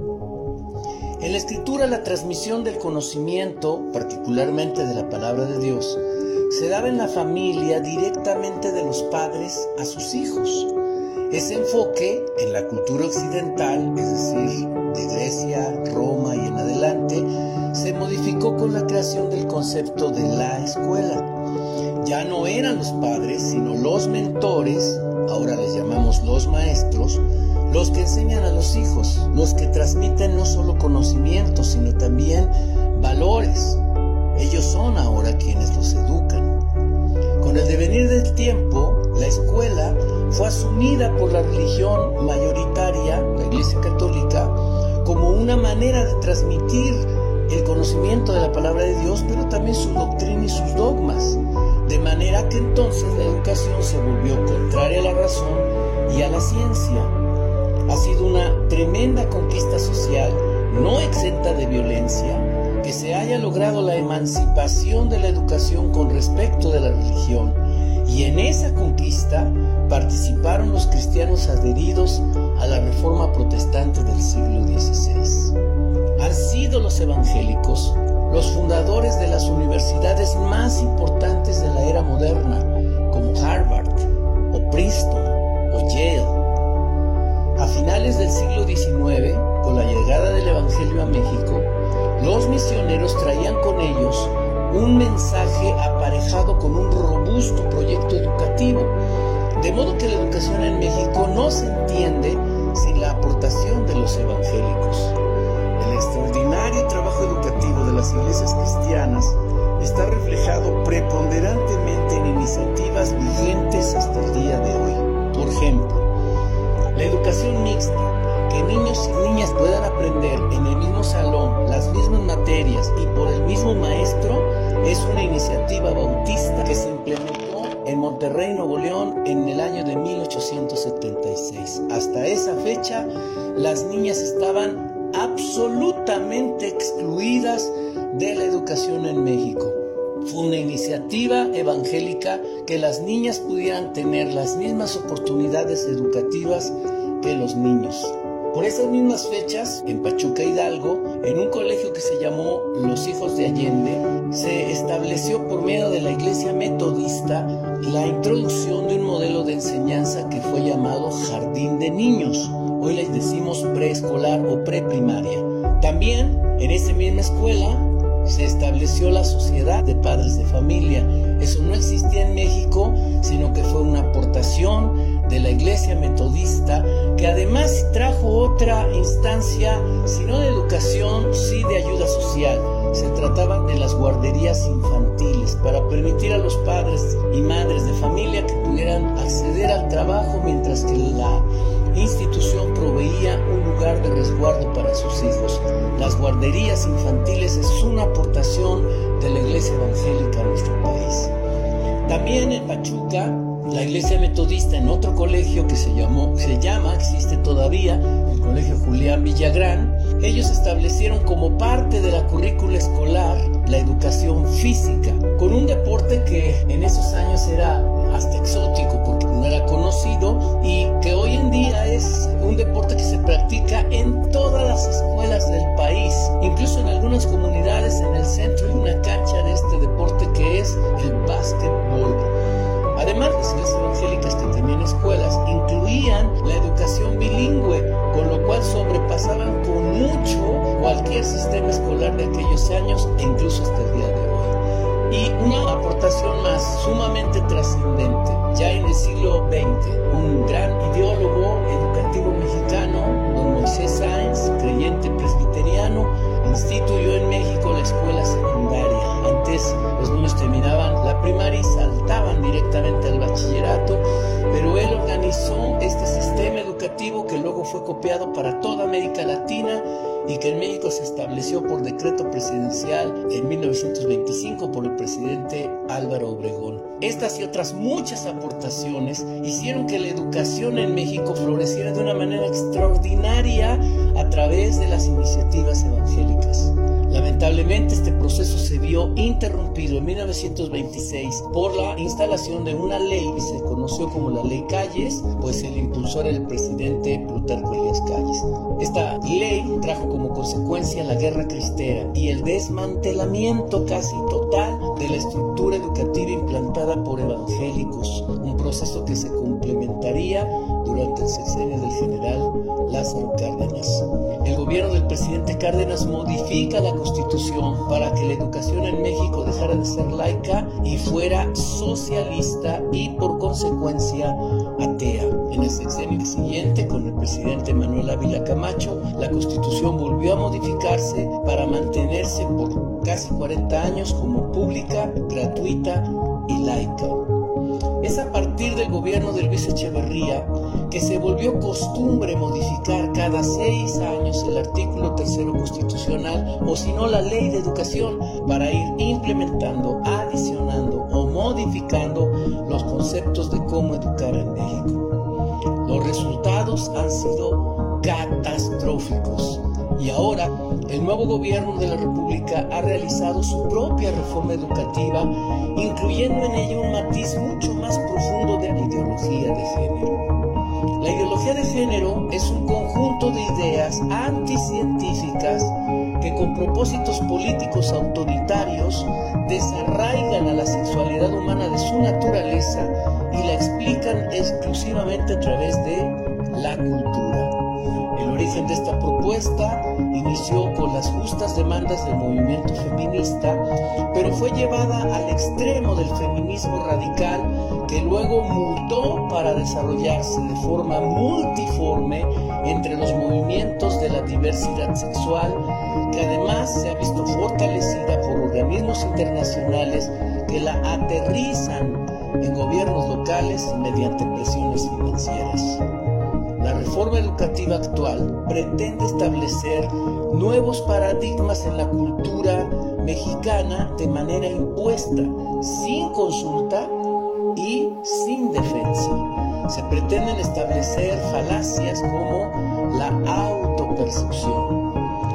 En la escritura, la transmisión del conocimiento, particularmente de la palabra de Dios, se daba en la familia directamente de los padres a sus hijos. Ese enfoque en la cultura occidental, es decir, de Grecia, Roma y en adelante, se modificó con la creación del concepto de la escuela. Ya no eran los padres, sino los mentores, ahora les llamamos los maestros, los que enseñan a los hijos, los que transmiten no solo conocimientos, sino también valores. Ellos son ahora quienes los educan. Con el devenir del tiempo, la escuela fue asumida por la religión mayoritaria, la Iglesia Católica, como una manera de transmitir el conocimiento de la palabra de Dios, pero también su doctrina y sus dogmas. De manera que entonces la educación se volvió contraria a la razón y a la ciencia. Ha sido una tremenda conquista social, no exenta de violencia, que se haya logrado la emancipación de la educación con respecto de la religión. Y en esa conquista participaron los cristianos adheridos a la Reforma Protestante del siglo dieciséis. Han sido los evangélicos los fundadores de las universidades más importantes de la era moderna, como Harvard, o Princeton, o Yale. A finales del siglo diecinueve, con la llegada del Evangelio a México, los misioneros traían con ellos un mensaje aparejado con un robusto proyecto educativo, de modo que la educación en México no se entiende sin la aportación de los evangélicos. El extraordinario trabajo educativo de las iglesias cristianas está reflejado preponderantemente en iniciativas vigentes hasta el día de hoy. Por ejemplo, la educación mixta, que niños y niñas puedan aprender en el mismo salón las mismas materias y por el mismo maestro, es una iniciativa bautista que se implementó en Monterrey, Nuevo León, en el año de mil ochocientos setenta y seis. Hasta esa fecha, las niñas estaban absolutamente excluidas de la educación en México. Fue una iniciativa evangélica que las niñas pudieran tener las mismas oportunidades educativas que los niños. Por esas mismas fechas, en Pachuca, Hidalgo, en un colegio que se llamó Los Hijos de Allende, se estableció por medio de la Iglesia Metodista la introducción de un modelo de enseñanza que fue llamado Jardín de Niños. Hoy les decimos preescolar o preprimaria. También, en esa misma escuela, se estableció la Sociedad de Padres de Familia. Eso no existía en México, sino que fue una aportación de la Iglesia Metodista, que además trajo otra instancia, si no de educación, sí de ayuda social. Se trataban de las guarderías infantiles para permitir a los padres y madres de familia que pudieran acceder al trabajo mientras que la institución proveía un lugar de resguardo para sus hijos. Las guarderías infantiles es una aportación de la Iglesia Evangélica a nuestro país. También en Pachuca, la Iglesia Metodista, en otro colegio que se llamó, se llama, existe todavía, el Colegio Julián Villagrán, ellos establecieron como parte de la currícula escolar la educación física, con un deporte que en esos años era hasta exótico porque no era conocido y que hoy en día es un deporte que se practica en todas las escuelas del país. Incluso en algunas comunidades en el centro hay una cancha de este deporte que es el básquetbol. Además, las iglesias evangélicas que tenían escuelas incluían la educación bilingüe, con lo cual sobrepasaban con mucho cualquier sistema escolar de aquellos años e incluso hasta el día de hoy. Y una aportación más sumamente trascendente, ya en el siglo veinte, un gran ideólogo educativo mexicano, don Moisés Sáenz, creyente presbiteriano, instituyó en México la escuela secundaria. Antes los niños terminaban la primaria y saltaban directamente al bachillerato, pero él organizó este sistema educativo que luego fue copiado para toda América Latina y que en México se estableció por decreto presidencial en mil novecientos veinticinco por el presidente Álvaro Obregón. Estas y otras muchas aportaciones hicieron que la educación en México floreciera de una manera extraordinaria a través de las iniciativas evangélicas. Lamentablemente este proceso se vio interrumpido en mil novecientos veintiséis por la instalación de una ley que se conoció como la Ley Calles, pues el impulsor era el presidente Plutarco Elías Calles. Esta ley trajo como consecuencia la guerra cristera y el desmantelamiento casi total de la estructura educativa implantada por evangélicos, un proceso que se complementaría durante el sexenio del general Lázaro Cárdenas. El gobierno del presidente Cárdenas modifica la Constitución para que la educación en México dejara de ser laica y fuera socialista y por consecuencia atea. En el sexenio siguiente, con el presidente Manuel Ávila Camacho, la Constitución volvió a modificarse para mantenerse por casi cuarenta años como pública, gratuita y laica. Es a partir del gobierno de Luis Echeverría que se volvió costumbre modificar cada seis años el artículo tercero constitucional o si no la ley de educación para ir implementando, adicionando o modificando los conceptos de cómo educar en México. Los resultados han sido catastróficos. Y ahora, el nuevo gobierno de la República ha realizado su propia reforma educativa, incluyendo en ella un matiz mucho más profundo de la ideología de género. La ideología de género es un conjunto de ideas anticientíficas que con propósitos políticos autoritarios desarraigan a la sexualidad humana de su naturaleza y la explican exclusivamente a través de la cultura. El origen de esta propuesta inició con las justas demandas del movimiento feminista, pero fue llevada al extremo del feminismo radical, que luego mutó para desarrollarse de forma multiforme entre los movimientos de la diversidad sexual, que además se ha visto fortalecida por organismos internacionales que la aterrizan en gobiernos locales mediante presiones financieras. La reforma educativa actual pretende establecer nuevos paradigmas en la cultura mexicana de manera impuesta, sin consulta y sin defensa. Se pretenden establecer falacias como la autopercepción,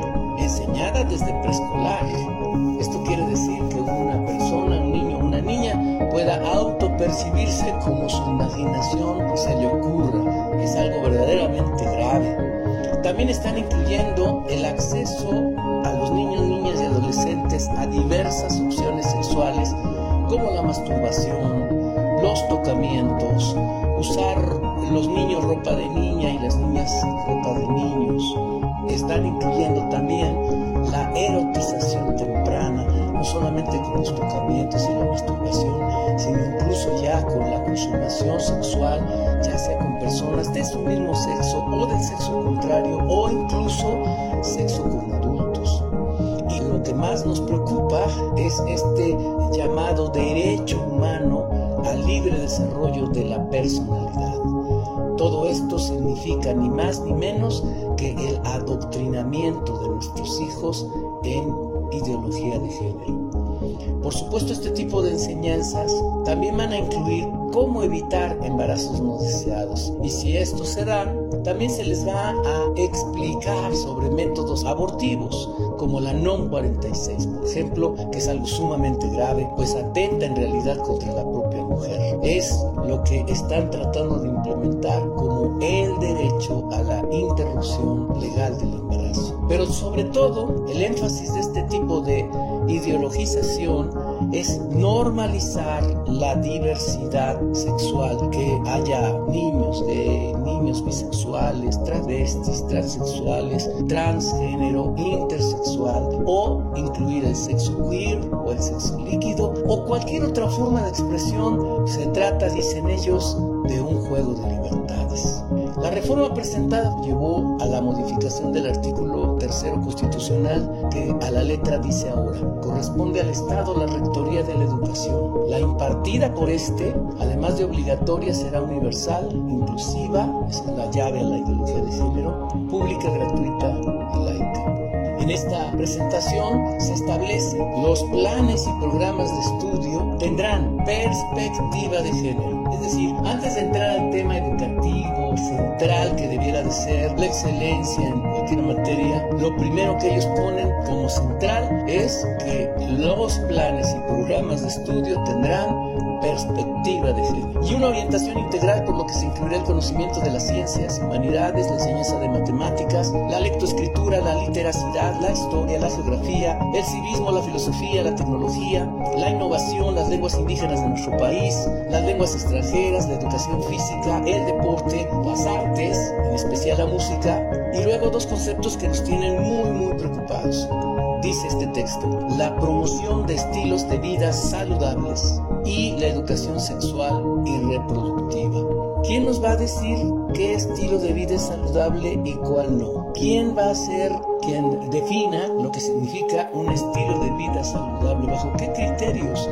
enseñada desde preescolar. Esto quiere decir que una persona, un niño o una niña pueda autopercibirse como su imaginación se le ocurra. Es algo verdaderamente grave. También están incluyendo el acceso a los niños, niñas y adolescentes a diversas opciones sexuales, como la masturbación, los tocamientos, usar los niños ropa de niña y las niñas ropa de niños. Están incluyendo también la erotización temprana, no solamente con los tocamientos y la masturbación, sino incluso ya con la consumación sexual, ya sea con personas de su mismo sexo o del sexo contrario, o incluso sexo con adultos. Y lo que más nos preocupa es este llamado derecho humano al libre desarrollo de la personalidad. Todo esto significa ni más ni menos que el adoctrinamiento de nuestros hijos en ideología de género. Por supuesto, este tipo de enseñanzas también van a incluir cómo evitar embarazos no deseados. Y si esto se da, también se les va a explicar sobre métodos abortivos, como la NOM cuarenta y seis, por ejemplo, que es algo sumamente grave, pues atenta en realidad contra la propia mujer. Es lo que están tratando de implementar como el derecho a la interrupción legal del embarazo. Pero sobre todo, el énfasis de este tipo de ideologización es normalizar la diversidad sexual, que haya niños, de niños bisexuales, travestis, transexuales, transgénero, intersexual, o incluir el sexo queer o el sexo líquido o cualquier otra forma de expresión. Se trata, dicen ellos, de un juego de libertades. La reforma presentada llevó a la modificación del artículo tercero constitucional, que a la letra dice ahora: corresponde al Estado la rectoría de la educación. La impartida por este, además de obligatoria, será universal, inclusiva, esa es la llave a la ideología de género, pública, gratuita y laica. En esta presentación se establece los planes y programas de estudio tendrán perspectiva de género. Es decir, antes de entrar al tema educativo central que debiera de ser la excelencia en cualquier materia, lo primero que ellos ponen como central es que los planes y programas de estudio tendrán perspectiva de género y una orientación integral, por lo que se incluirá el conocimiento de las ciencias, humanidades, la enseñanza de matemáticas, la lectoescritura, la literacidad, la historia, la geografía, el civismo, la filosofía, la tecnología, la innovación, las lenguas indígenas de nuestro país, las lenguas extranjeras, la educación física, el deporte, las artes, en especial la música, y luego dos conceptos que nos tienen muy muy preocupados. Dice este texto: la promoción de estilos de vida saludables y la educación sexual y reproductiva. ¿Quién nos va a decir qué estilo de vida es saludable y cuál no? ¿Quién va a ser quien defina lo que significa un estilo de vida saludable? ¿Bajo qué criterios?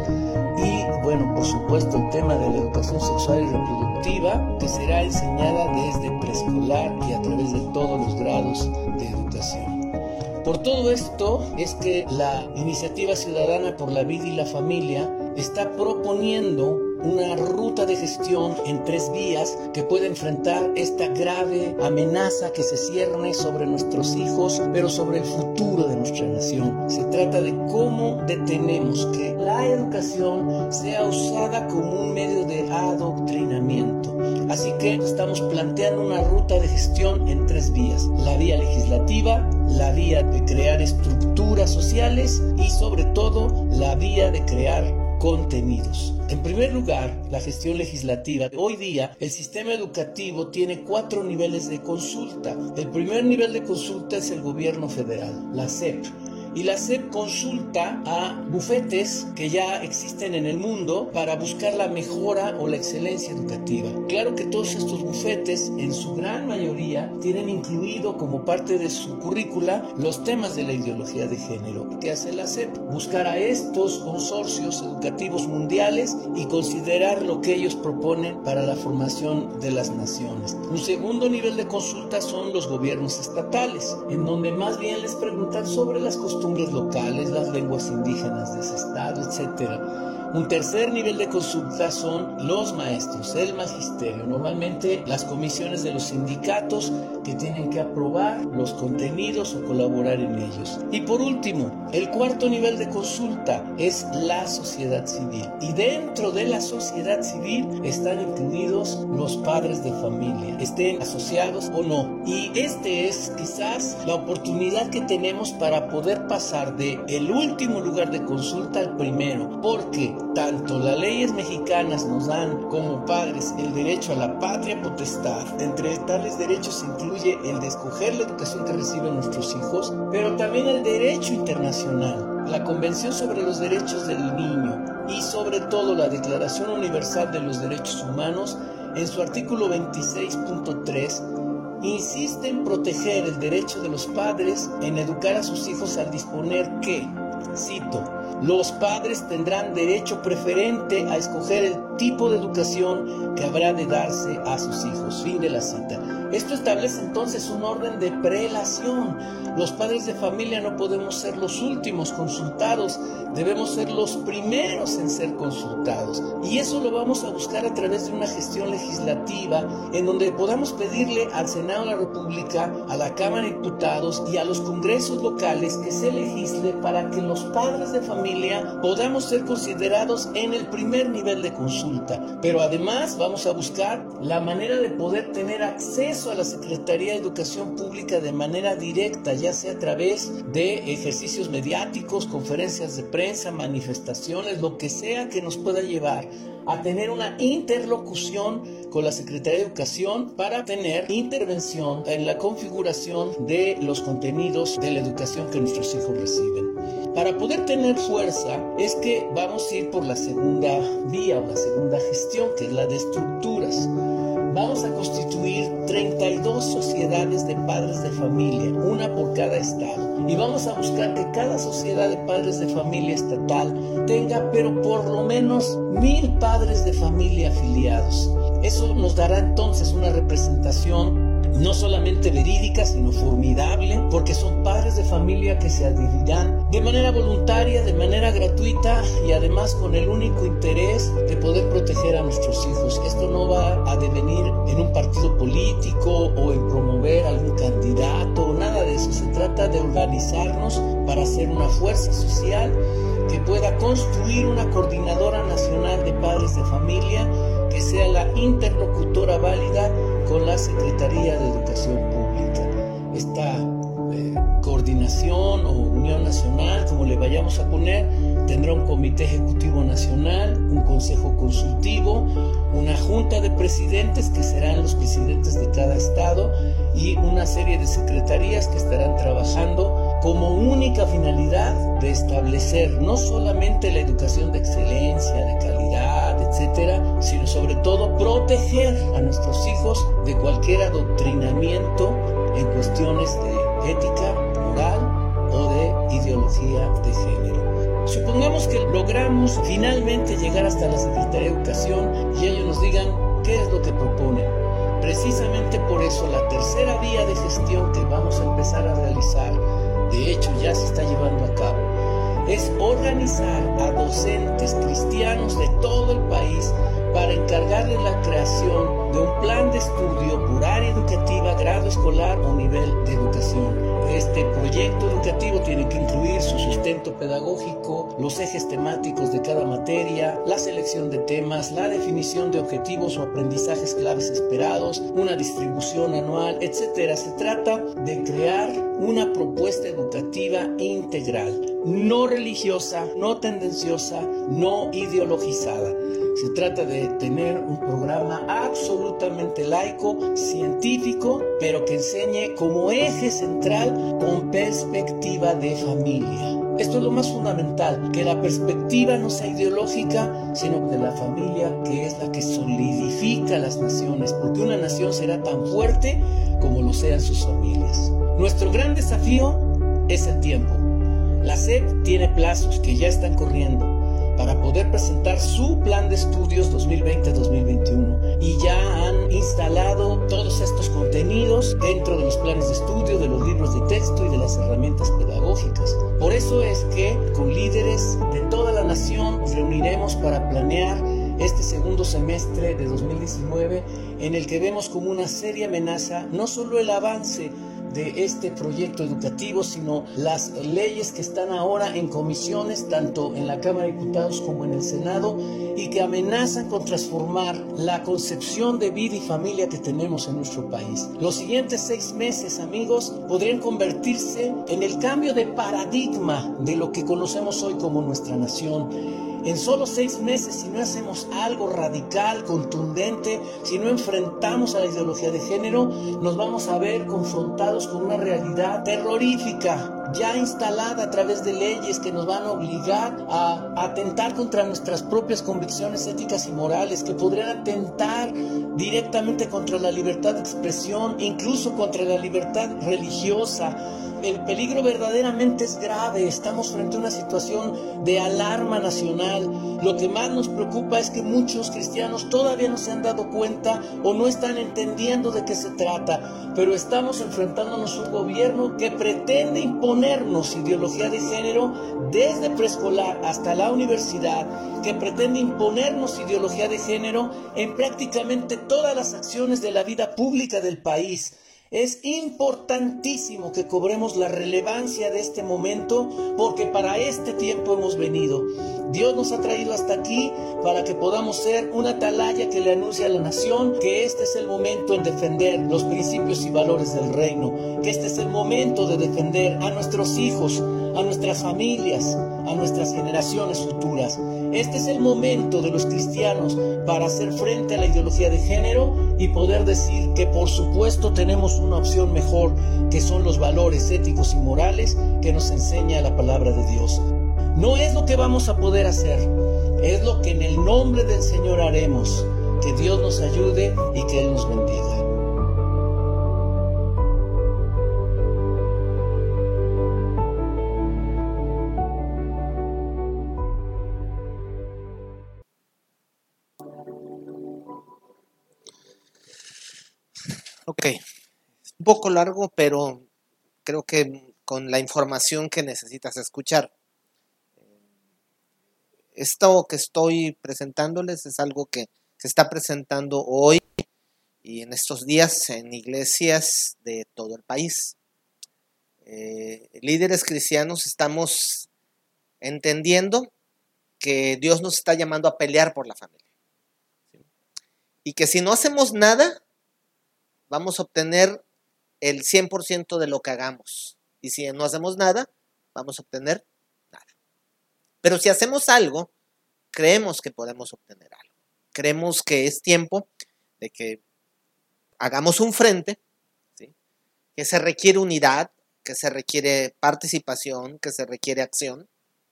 Y bueno, por supuesto, el tema de la educación sexual y reproductiva, que será enseñada desde preescolar y a través de todos los grados de educación. Por todo esto es que la Iniciativa Ciudadana por la Vida y la Familia está proponiendo una ruta de gestión en tres vías que puede enfrentar esta grave amenaza que se cierne sobre nuestros hijos, pero sobre el futuro de nuestra nación. Se trata de cómo detenemos que la educación sea usada como un medio de adoctrinamiento. Así que estamos planteando una ruta de gestión en tres vías: la vía legislativa, la vía de crear estructuras sociales y sobre todo la vía de crear contenidos. En primer lugar, la gestión legislativa. Hoy día, el sistema educativo tiene cuatro niveles de consulta. El primer nivel de consulta es el gobierno federal, la S E P. Y la S E P consulta a bufetes que ya existen en el mundo para buscar la mejora o la excelencia educativa. Claro que todos estos bufetes, en su gran mayoría, tienen incluido como parte de su currícula los temas de la ideología de género. ¿Qué hace la S E P? Buscar a estos consorcios educativos mundiales y considerar lo que ellos proponen para la formación de las naciones. Un segundo nivel de consulta son los gobiernos estatales, en donde más bien les preguntan sobre las costumbres costumbres locales, las lenguas indígenas de ese estado, etcétera. Un tercer nivel de consulta son los maestros, el magisterio, normalmente las comisiones de los sindicatos que tienen que aprobar los contenidos o colaborar en ellos. Y por último, el cuarto nivel de consulta es la sociedad civil. Y dentro de la sociedad civil están incluidos los padres de familia, estén asociados o no. Y este es quizás la oportunidad que tenemos para poder pasar de el último lugar de consulta al primero, porque tanto las leyes mexicanas nos dan como padres el derecho a la patria potestad. Entre tales derechos se incluye el de escoger la educación que reciben nuestros hijos, pero también el derecho internacional, la Convención sobre los Derechos del Niño y sobre todo la Declaración Universal de los Derechos Humanos, en su artículo veintiséis punto tres, insiste en proteger el derecho de los padres en educar a sus hijos al disponer que, cito, los padres tendrán derecho preferente a escoger el tipo de educación que habrá de darse a sus hijos. Fin de la cita. Esto establece entonces un orden de prelación. Los padres de familia no podemos ser los últimos consultados, debemos ser los primeros en ser consultados. Y eso lo vamos a buscar a través de una gestión legislativa en donde podamos pedirle al Senado de la República, a la Cámara de Diputados y a los congresos locales que se legisle para que los padres de familia podamos ser considerados en el primer nivel de consulta. Pero además vamos a buscar la manera de poder tener acceso a la Secretaría de Educación Pública de manera directa, ya sea a través de ejercicios mediáticos, conferencias de prensa, manifestaciones, lo que sea que nos pueda llevar a tener una interlocución con la Secretaría de Educación para tener intervención en la configuración de los contenidos de la educación que nuestros hijos reciben. Para poder tener fuerza es que vamos a ir por la segunda vía o la segunda gestión, que es la de estructuras. Vamos a constituir treinta y dos sociedades de padres de familia, una por cada estado. Y vamos a buscar que cada sociedad de padres de familia estatal tenga, pero por lo menos, mil padres de familia afiliados. Eso nos dará entonces una representación no solamente verídica, sino formidable, porque son padres de familia que se adherirán de manera voluntaria, de manera gratuita y además con el único interés de poder proteger a nuestros hijos. Esto no va a devenir en un partido político o en promover algún candidato o nada de eso. Se trata de organizarnos para hacer una fuerza social que pueda construir una coordinadora nacional de padres de familia que sea la interlocutora válida con la Secretaría de Educación Pública. Esta eh, coordinación o unión nacional, como le vayamos a poner, tendrá un comité ejecutivo nacional, un consejo consultivo, una junta de presidentes que serán los presidentes de cada estado y una serie de secretarías que estarán trabajando como única finalidad de establecer no solamente la educación de excelencia, de calidad, etcétera, sino sobre todo proteger a nuestros hijos de cualquier adoctrinamiento en cuestiones de ética, moral o de ideología de género. Supongamos que logramos finalmente llegar hasta la Secretaría de Educación y ellos nos digan qué es lo que proponen. Precisamente por eso la tercera vía de gestión que vamos a empezar a realizar, de hecho ya se está llevando a cabo, es organizar a docentes cristianos de todo el país para encargarles la creación de un plan de estudio por área educativa, grado escolar o nivel de educación. Este proyecto educativo tiene que incluir su sustento pedagógico, los ejes temáticos de cada materia, la selección de temas, la definición de objetivos o aprendizajes claves esperados, una distribución anual, etcétera. Se trata de crear una propuesta educativa integral no religiosa, no tendenciosa, no ideologizada. Se trata de tener un programa absolutamente laico, científico, pero que enseñe como eje central con perspectiva de familia. Esto es lo más fundamental, que la perspectiva no sea ideológica, sino de la familia, que es la que solidifica las naciones, porque una nación será tan fuerte como lo sean sus familias. Nuestro gran desafío es el tiempo. La S E P tiene plazos que ya están corriendo para poder presentar su plan de estudios dos mil veinte a dos mil veintiuno y ya han instalado todos estos contenidos dentro de los planes de estudio, de los libros de texto y de las herramientas pedagógicas. Por eso es que con líderes de toda la nación nos reuniremos para planear este segundo semestre de dos mil diecinueve, en el que vemos como una seria amenaza no solo el avance de este proyecto educativo, sino las leyes que están ahora en comisiones, tanto en la Cámara de Diputados como en el Senado, y que amenazan con transformar la concepción de vida y familia que tenemos en nuestro país. Los siguientes seis meses, amigos, podrían convertirse en el cambio de paradigma de lo que conocemos hoy como nuestra nación. En solo seis meses, si no hacemos algo radical, contundente, si no enfrentamos a la ideología de género, nos vamos a ver confrontados con una realidad terrorífica, ya instalada a través de leyes que nos van a obligar a atentar contra nuestras propias convicciones éticas y morales, que podrían atentar directamente contra la libertad de expresión, incluso contra la libertad religiosa. El peligro verdaderamente es grave. Estamos frente a una situación de alarma nacional. Lo que más nos preocupa es que muchos cristianos todavía no se han dado cuenta o no están entendiendo de qué se trata. Pero estamos enfrentándonos a un gobierno que pretende imponernos ideología de género desde preescolar hasta la universidad, que pretende imponernos ideología de género en prácticamente todas las acciones de la vida pública del país. Es importantísimo que cobremos la relevancia de este momento, porque para este tiempo hemos venido. Dios nos ha traído hasta aquí para que podamos ser una atalaya que le anuncie a la nación que este es el momento en defender los principios y valores del reino, que este es el momento de defender a nuestros hijos, a nuestras familias, a nuestras generaciones futuras. Este es el momento de los cristianos para hacer frente a la ideología de género y poder decir que por supuesto tenemos una opción mejor, que son los valores éticos y morales que nos enseña la palabra de Dios. No es lo que vamos a poder hacer, es lo que en el nombre del Señor haremos. Que Dios nos ayude y que Él nos bendiga. Ok, un poco largo, pero creo que con la información que necesitas escuchar. Esto que estoy presentándoles es algo que se está presentando hoy y en estos días en iglesias de todo el país. Eh, líderes cristianos estamos entendiendo que Dios nos está llamando a pelear por la familia, ¿sí? Y que si no hacemos nada, vamos a obtener el cien por ciento de lo que hagamos. Y si no hacemos nada, vamos a obtener nada. Pero si hacemos algo, creemos que podemos obtener algo. Creemos que es tiempo de que hagamos un frente, ¿sí? Que se requiere unidad, que se requiere participación, que se requiere acción.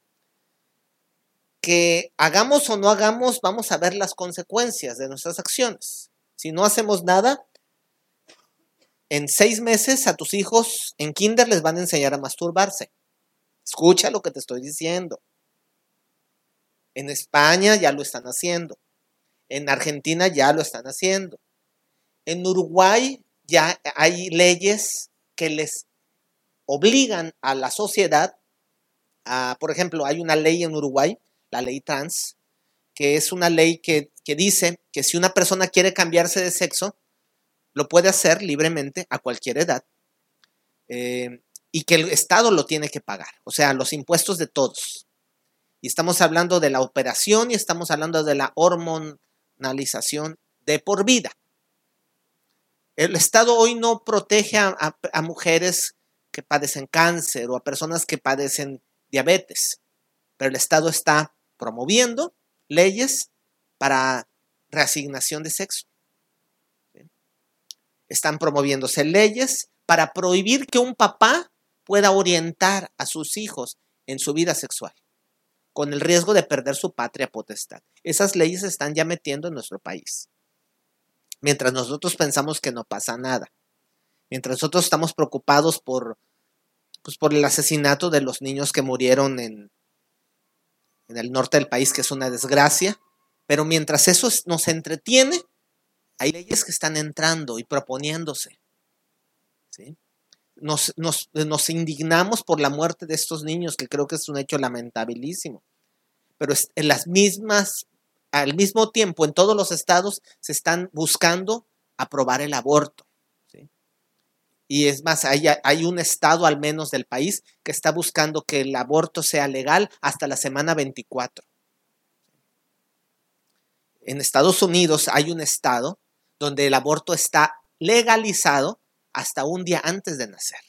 Que hagamos o no hagamos, vamos a ver las consecuencias de nuestras acciones. Si no hacemos nada, en seis meses a tus hijos en kinder les van a enseñar a masturbarse. Escucha lo que te estoy diciendo. En España ya lo están haciendo. En Argentina ya lo están haciendo. En Uruguay ya hay leyes que les obligan a la sociedad a, por ejemplo, hay una ley en Uruguay, la ley trans, que es una ley que, que dice que si una persona quiere cambiarse de sexo, lo puede hacer libremente a cualquier edad, eh, y que el Estado lo tiene que pagar, o sea, los impuestos de todos. Y estamos hablando de la operación y estamos hablando de la hormonalización de por vida. El Estado hoy no protege a, a, a mujeres que padecen cáncer o a personas que padecen diabetes, pero el Estado está promoviendo leyes para reasignación de sexo. Están promoviéndose leyes para prohibir que un papá pueda orientar a sus hijos en su vida sexual, con el riesgo de perder su patria potestad. Esas leyes se están ya metiendo en nuestro país. Mientras nosotros pensamos que no pasa nada. Mientras nosotros estamos preocupados por, pues por el asesinato de los niños que murieron en, en el norte del país, que es una desgracia. Pero mientras eso nos entretiene, hay leyes que están entrando y proponiéndose. ¿Sí? Nos, nos, nos indignamos por la muerte de estos niños, que creo que es un hecho lamentabilísimo. Pero en las mismas, al mismo tiempo, en todos los estados se están buscando aprobar el aborto. ¿Sí? Y es más, hay, hay un estado al menos del país que está buscando que el aborto sea legal hasta la semana veinticuatro. En Estados Unidos hay un estado donde el aborto está legalizado hasta un día antes de nacer.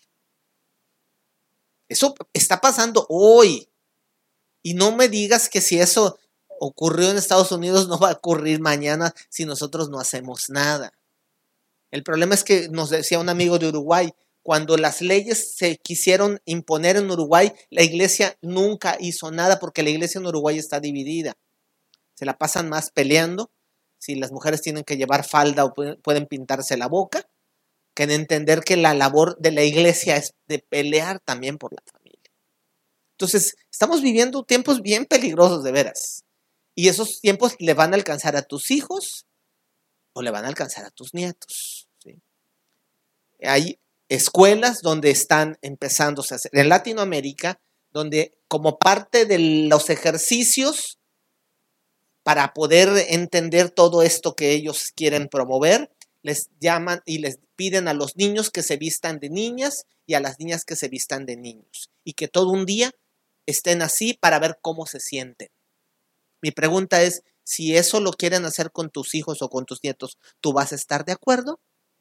Eso está pasando hoy. Y no me digas que si eso ocurrió en Estados Unidos no va a ocurrir mañana si nosotros no hacemos nada. El problema es que nos decía un amigo de Uruguay, cuando las leyes se quisieron imponer en Uruguay, la iglesia nunca hizo nada porque la iglesia en Uruguay está dividida. Se la pasan más peleando si las mujeres tienen que llevar falda o pueden pintarse la boca, que en entender que la labor de la iglesia es de pelear también por la familia. Entonces, estamos viviendo tiempos bien peligrosos de veras. Y esos tiempos le van a alcanzar a tus hijos o le van a alcanzar a tus nietos. ¿Sí? Hay escuelas donde están empezándose a hacer, en Latinoamérica, donde como parte de los ejercicios para poder entender todo esto que ellos quieren promover, les llaman y les piden a los niños que se vistan de niñas y a las niñas que se vistan de niños. Y que todo un día estén así para ver cómo se sienten. Mi pregunta es, si eso lo quieren hacer con tus hijos o con tus nietos, ¿tú vas a estar de acuerdo?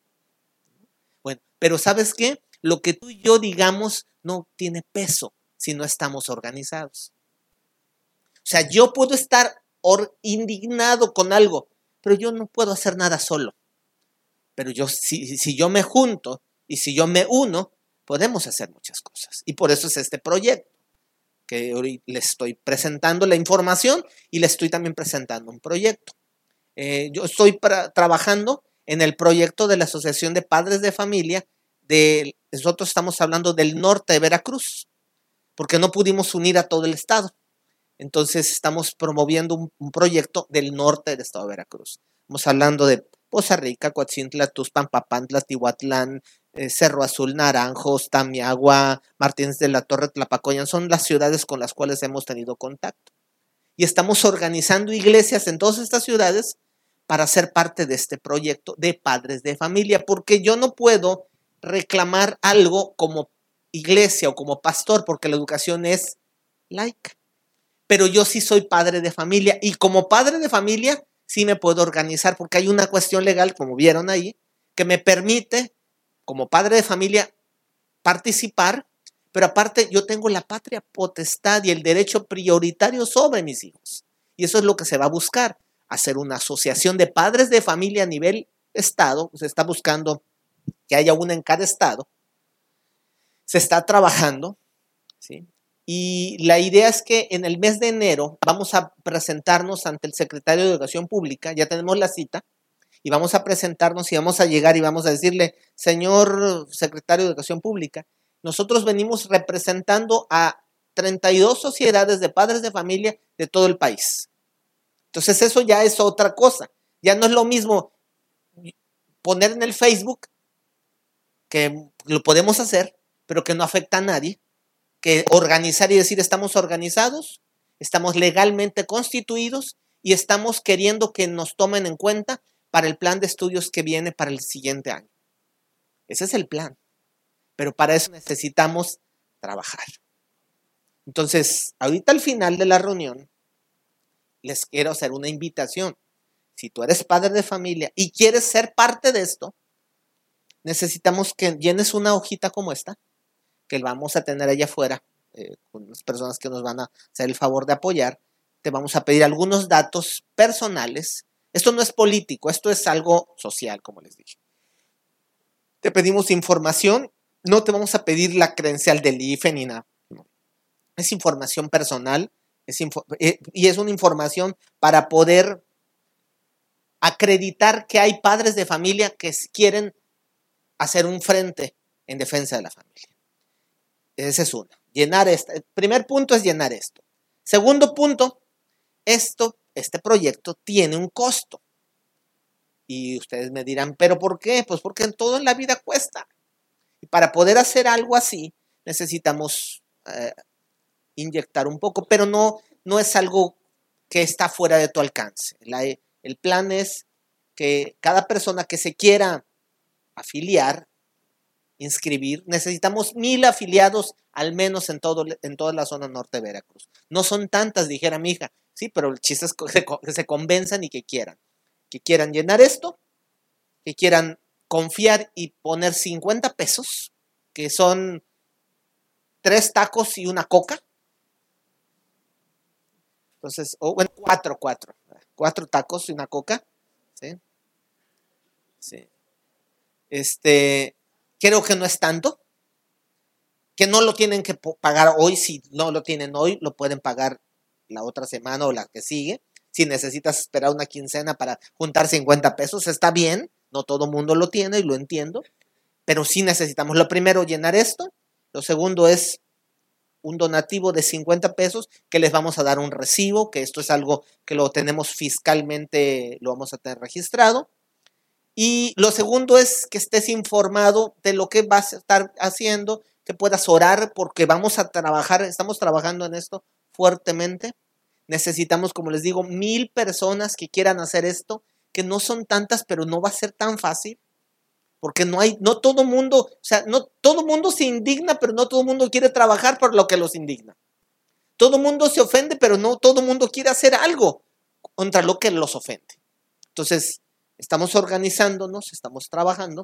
Bueno, pero ¿sabes qué? Lo que tú y yo digamos no tiene peso si no estamos organizados. O sea, yo puedo estar Or, indignado con algo, pero yo no puedo hacer nada solo. Pero yo, si, si yo me junto y si yo me uno, podemos hacer muchas cosas. Y por eso es este proyecto, que hoy les estoy presentando la información y les estoy también presentando un proyecto. Eh, yo estoy para, trabajando en el proyecto de la Asociación de Padres de Familia, de, nosotros estamos hablando del norte de Veracruz, porque no pudimos unir a todo el estado. Entonces estamos promoviendo un, un proyecto del norte del estado de Veracruz. Estamos hablando de Poza Rica, Coatzintla, Tuxpan, Papantla, Tihuatlán, eh, Cerro Azul, Naranjos, Tamiagua, Martínez de la Torre, Tlapacoyan. Son las ciudades con las cuales hemos tenido contacto. Y estamos organizando iglesias en todas estas ciudades para ser parte de este proyecto de padres de familia, porque yo no puedo reclamar algo como iglesia o como pastor, porque la educación es laica. Pero yo sí soy padre de familia y como padre de familia sí me puedo organizar porque hay una cuestión legal, como vieron ahí, que me permite, como padre de familia, participar, pero aparte yo tengo la patria potestad y el derecho prioritario sobre mis hijos. Y eso es lo que se va a buscar, hacer una asociación de padres de familia a nivel estado. Se está buscando que haya una en cada estado. Se está trabajando, ¿sí? Y la idea es que en el mes de enero vamos a presentarnos ante el secretario de Educación Pública, ya tenemos la cita, y vamos a presentarnos y vamos a llegar y vamos a decirle, señor secretario de Educación Pública, nosotros venimos representando a treinta y dos sociedades de padres de familia de todo el país. Entonces eso ya es otra cosa, ya no es lo mismo poner en el Facebook, que lo podemos hacer, pero que no afecta a nadie, que organizar y decir estamos organizados, estamos legalmente constituidos y estamos queriendo que nos tomen en cuenta para el plan de estudios que viene para el siguiente año. Ese es el plan, pero para eso necesitamos trabajar. Entonces, ahorita al final de la reunión, les quiero hacer una invitación. Si tú eres padre de familia y quieres ser parte de esto, necesitamos que llenes una hojita como esta, que vamos a tener allá afuera eh, con las personas que nos van a hacer el favor de apoyar, te vamos a pedir algunos datos personales. Esto no es político, esto es algo social, como les dije. Te pedimos información, no te vamos a pedir la credencial del I F E ni nada. No. Es información personal es info- eh, y es una información para poder acreditar que hay padres de familia que quieren hacer un frente en defensa de la familia. Esa es una. Llenar esta. El primer punto es llenar esto. Segundo punto, esto, este proyecto tiene un costo. Y ustedes me dirán, ¿pero por qué? Pues porque en todo en la vida cuesta. Y para poder hacer algo así, necesitamos eh, inyectar un poco, pero no, no es algo que está fuera de tu alcance. La, el plan es que cada persona que se quiera afiliar, inscribir, necesitamos mil afiliados al menos en, todo, en toda la zona norte de Veracruz. No son tantas, dijera mi hija, sí, pero el chiste es que se convenzan y que quieran. Que quieran llenar esto, que quieran confiar y poner cincuenta pesos, que son tres tacos y una coca. Entonces, o bueno, cuatro, cuatro. Cuatro tacos y una coca. ¿Sí? Sí. Este, creo que no es tanto. Que no lo tienen que pagar hoy. Si no lo tienen hoy, lo pueden pagar la otra semana o la que sigue. Si necesitas esperar una quincena para juntar cincuenta pesos, está bien. No todo mundo lo tiene y lo entiendo. Pero sí necesitamos, lo primero, llenar esto. Lo segundo es un donativo de cincuenta pesos que les vamos a dar un recibo, que esto es algo que lo tenemos fiscalmente, lo vamos a tener registrado. Y lo segundo es que estés informado de lo que vas a estar haciendo, que puedas orar, porque vamos a trabajar, estamos trabajando en esto fuertemente. Necesitamos, como les digo, mil personas que quieran hacer esto, que no son tantas, pero no va a ser tan fácil. Porque no hay, no todo mundo, o sea, no todo mundo se indigna, pero no todo mundo quiere trabajar por lo que los indigna. Todo mundo se ofende, pero no todo mundo quiere hacer algo contra lo que los ofende. Entonces, estamos organizándonos, estamos trabajando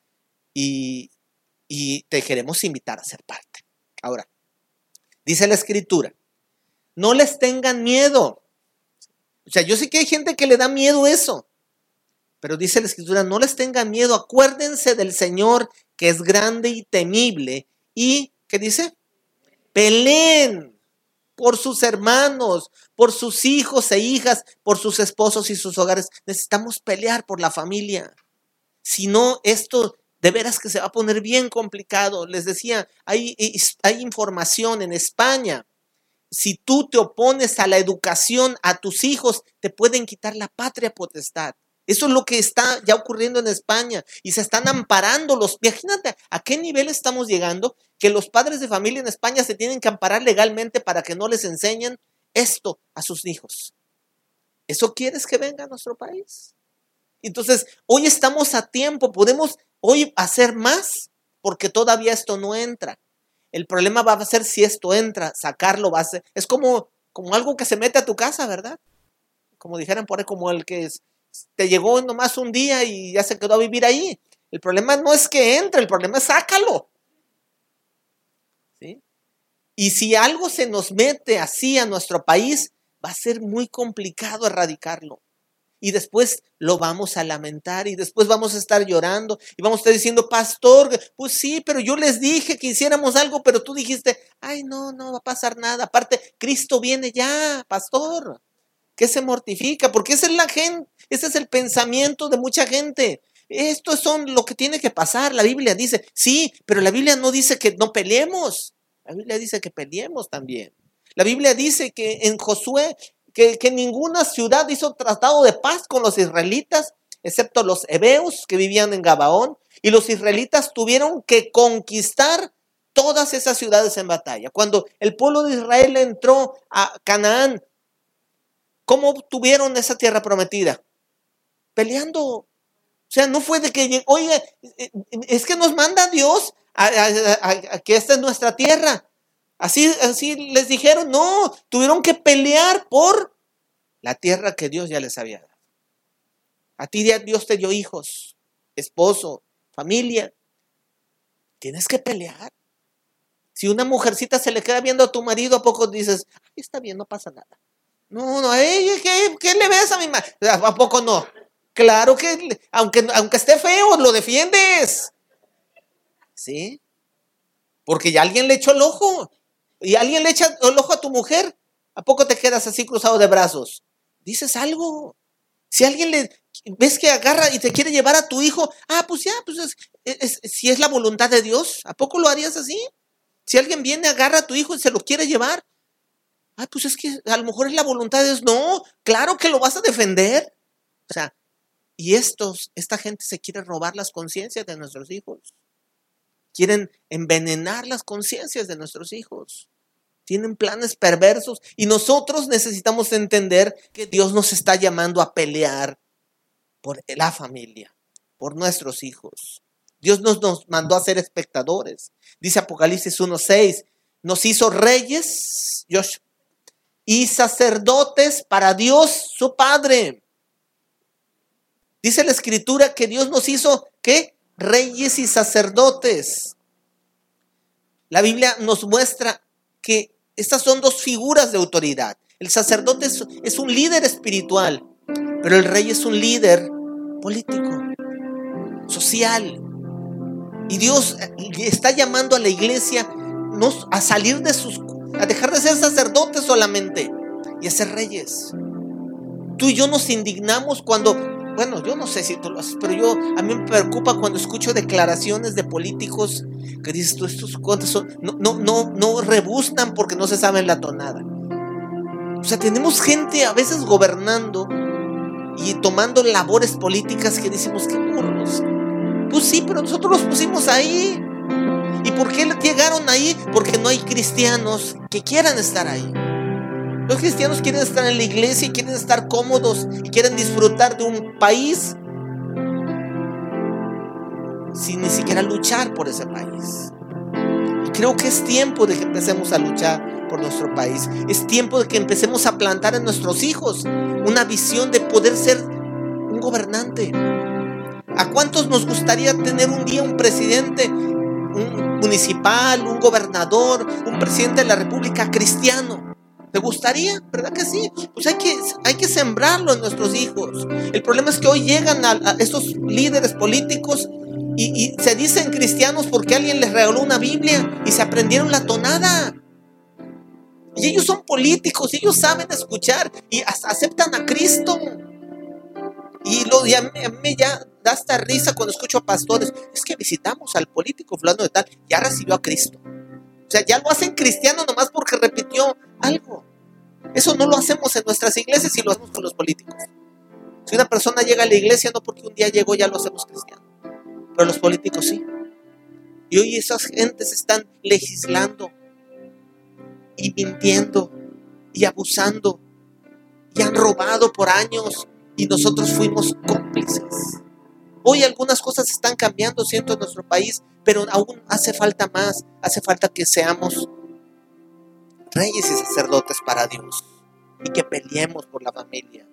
y, y te queremos invitar a ser parte. Ahora, dice la Escritura, no les tengan miedo. O sea, yo sé que hay gente que le da miedo eso. Pero dice la Escritura, no les tengan miedo, acuérdense del Señor que es grande y temible. Y, ¿qué dice? Peleen por sus hermanos, por sus hijos e hijas, por sus esposos y sus hogares. Necesitamos pelear por la familia. Si no, esto de veras que se va a poner bien complicado. Les decía, hay, hay información en España. Si tú te opones a la educación a tus hijos, te pueden quitar la patria potestad. Eso es lo que está ya ocurriendo en España y se están amparando los, imagínate a qué nivel estamos llegando, que los padres de familia en España se tienen que amparar legalmente para que no les enseñen esto a sus hijos. ¿Eso quieres que venga a nuestro país? Entonces, hoy estamos a tiempo, podemos hoy hacer más porque todavía esto no entra. El problema va a ser si esto entra, sacarlo va a ser, es como, como algo que se mete a tu casa, ¿verdad? Como dijeran por ahí, como el que es, te llegó nomás un día y ya se quedó a vivir ahí. El problema no es que entre, el problema es sácalo. ¿Sí? Y si algo se nos mete así a nuestro país, va a ser muy complicado erradicarlo. Y después lo vamos a lamentar y después vamos a estar llorando y vamos a estar diciendo, pastor, pues sí, pero yo les dije que hiciéramos algo, pero tú dijiste, ay, no, no va a pasar nada. Aparte, Cristo viene ya, pastor. ¿Qué se mortifica? Porque esa es la gente, ese es el pensamiento de mucha gente. Esto son lo que tiene que pasar. La Biblia dice, sí, pero la Biblia no dice que no peleemos. La Biblia dice que peleemos también. La Biblia dice que en Josué, que, que ninguna ciudad hizo tratado de paz con los israelitas, excepto los heveos que vivían en Gabaón, y los israelitas tuvieron que conquistar todas esas ciudades en batalla. Cuando el pueblo de Israel entró a Canaán, ¿cómo obtuvieron esa tierra prometida? Peleando. O sea, no fue de que, oye, es que nos manda Dios a, a, a, a que esta es nuestra tierra. Así, así les dijeron, no, tuvieron que pelear por la tierra que Dios ya les había dado. A ti Dios te dio hijos, esposo, familia. Tienes que pelear. Si una mujercita se le queda viendo a tu marido, ¿a poco dices, está bien, no pasa nada? No, no, ¿eh? ¿Qué, qué le ves a mi marido? ¿A poco no? Claro que, aunque, aunque esté feo, lo defiendes. ¿Sí? Porque ya alguien le echó el ojo. Y alguien le echa el ojo a tu mujer. ¿A poco te quedas así cruzado de brazos? Dices algo. Si alguien le ves que agarra y te quiere llevar a tu hijo, ah, pues ya, pues es, es, es, si es la voluntad de Dios, ¿a poco lo harías así? Si alguien viene, agarra a tu hijo y se lo quiere llevar, ah, pues es que a lo mejor es la voluntad de Dios. No, claro que lo vas a defender. O sea, y estos, esta gente se quiere robar las conciencias de nuestros hijos. Quieren envenenar las conciencias de nuestros hijos. Tienen planes perversos y nosotros necesitamos entender que Dios nos está llamando a pelear por la familia, por nuestros hijos. Dios nos, nos mandó a ser espectadores. Dice Apocalipsis uno seis, nos hizo reyes Josh, y sacerdotes para Dios su Padre. Dice la Escritura que Dios nos hizo, ¿qué? Reyes y sacerdotes. La Biblia nos muestra que estas son dos figuras de autoridad. El sacerdote es, es un líder espiritual, pero el rey es un líder político, social. Y Dios está llamando a la iglesia no, a salir de sus, a dejar de ser sacerdotes solamente y a ser reyes. Tú y yo nos indignamos cuando, bueno, yo no sé si tú lo haces, pero yo, a mí me preocupa cuando escucho declaraciones de políticos que dices tú, estos cuantos son, no, no, no, no rebuznan porque no se saben la tonada. O sea, tenemos gente a veces gobernando y tomando labores políticas que decimos que burros. Pues sí, pero nosotros los pusimos ahí. ¿Y por qué llegaron ahí? Porque no hay cristianos que quieran estar ahí. Los cristianos quieren estar en la iglesia y quieren estar cómodos y quieren disfrutar de un país sin ni siquiera luchar por ese país. Y creo que es tiempo de que empecemos a luchar por nuestro país. Es tiempo de que empecemos a plantar en nuestros hijos una visión de poder ser un gobernante. ¿A cuántos nos gustaría tener un día un presidente, un municipal, un gobernador, un presidente de la República cristiano? ¿Te gustaría? ¿Verdad que sí? Pues hay que, hay que sembrarlo en nuestros hijos. El problema es que hoy llegan a, a estos líderes políticos y, y se dicen cristianos porque alguien les regaló una Biblia y se aprendieron la tonada. Y ellos son políticos, y ellos saben escuchar y aceptan a Cristo. Y, lo, y a, mí, a mí ya da hasta risa cuando escucho a pastores. Es que visitamos al político fulano de tal, ya recibió a Cristo. O sea, ya lo hacen cristiano nomás porque repitió algo. Eso no lo hacemos en nuestras iglesias y lo hacemos con los políticos. Si una persona llega a la iglesia, no porque un día llegó ya lo hacemos cristiano. Pero los políticos sí. Y hoy esas gentes están legislando y mintiendo y abusando y han robado por años y nosotros fuimos cómplices. Hoy algunas cosas están cambiando, siento, en nuestro país, pero aún hace falta más. Hace falta que seamos reyes y sacerdotes para Dios y que peleemos por la familia.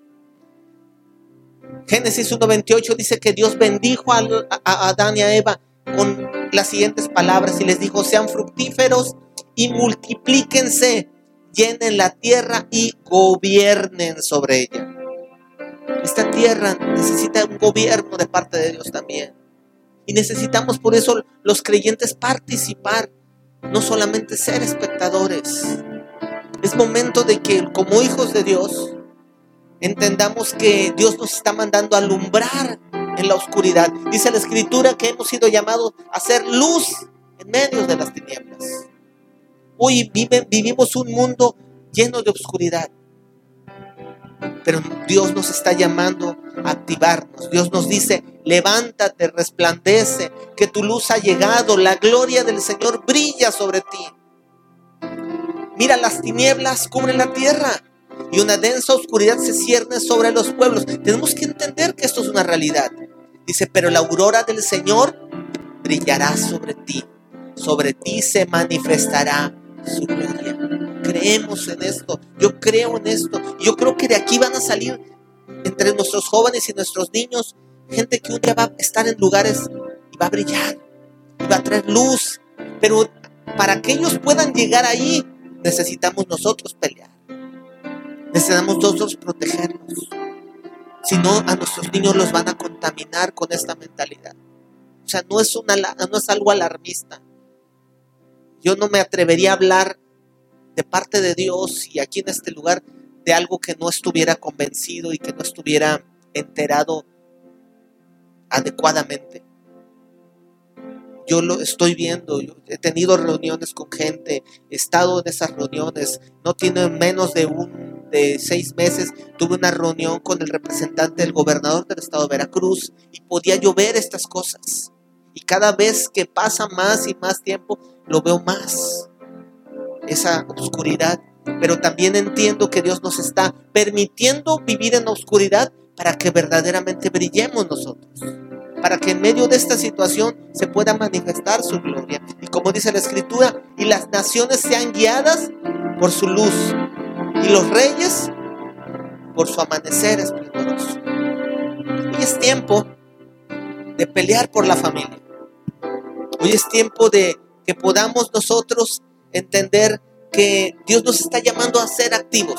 Génesis uno veintiocho dice que Dios bendijo a, a, a Adán y a Eva con las siguientes palabras y les dijo: sean fructíferos y multiplíquense, llenen la tierra y gobiernen sobre ella. Esta tierra necesita un gobierno de parte de Dios también. Y necesitamos por eso los creyentes participar, no solamente ser espectadores. Es momento de que como hijos de Dios entendamos que Dios nos está mandando a alumbrar en la oscuridad. Dice la Escritura que hemos sido llamados a ser luz en medio de las tinieblas. Hoy vive, vivimos un mundo lleno de oscuridad. Pero Dios nos está llamando a activarnos. Dios nos dice: levántate, resplandece, que tu luz ha llegado, la gloria del Señor brilla sobre ti. Mira, las tinieblas cubren la tierra y una densa oscuridad se cierne sobre los pueblos. Tenemos que entender que esto es una realidad. Dice: pero la aurora del Señor brillará sobre ti, sobre ti se manifestará su gloria. Creemos en esto, yo creo en esto. Yo creo que de aquí van a salir entre nuestros jóvenes y nuestros niños gente que un día va a estar en lugares y va a brillar y va a traer luz. Pero para que ellos puedan llegar ahí, necesitamos nosotros pelear. Necesitamos nosotros protegernos. Si no, a nuestros niños los van a contaminar con esta mentalidad. O sea, no es, una, no es algo alarmista. Yo no me atrevería a hablar de parte de Dios y aquí en este lugar de algo que no estuviera convencido y que no estuviera enterado adecuadamente. Yo lo estoy viendo, yo he tenido reuniones con gente, he estado en esas reuniones, no tiene menos de un de seis meses, tuve una reunión con el representante del gobernador del estado de Veracruz y podía yo ver estas cosas. Y cada vez que pasa más y más tiempo, lo veo más, esa oscuridad. Pero también entiendo que Dios nos está permitiendo vivir en la oscuridad para que verdaderamente brillemos nosotros, para que en medio de esta situación se pueda manifestar su gloria. Y como dice la Escritura, y las naciones sean guiadas por su luz, y los reyes por su amanecer esplendoroso. Hoy es tiempo de pelear por la familia. Hoy es tiempo de que podamos nosotros entender que Dios nos está llamando a ser activos,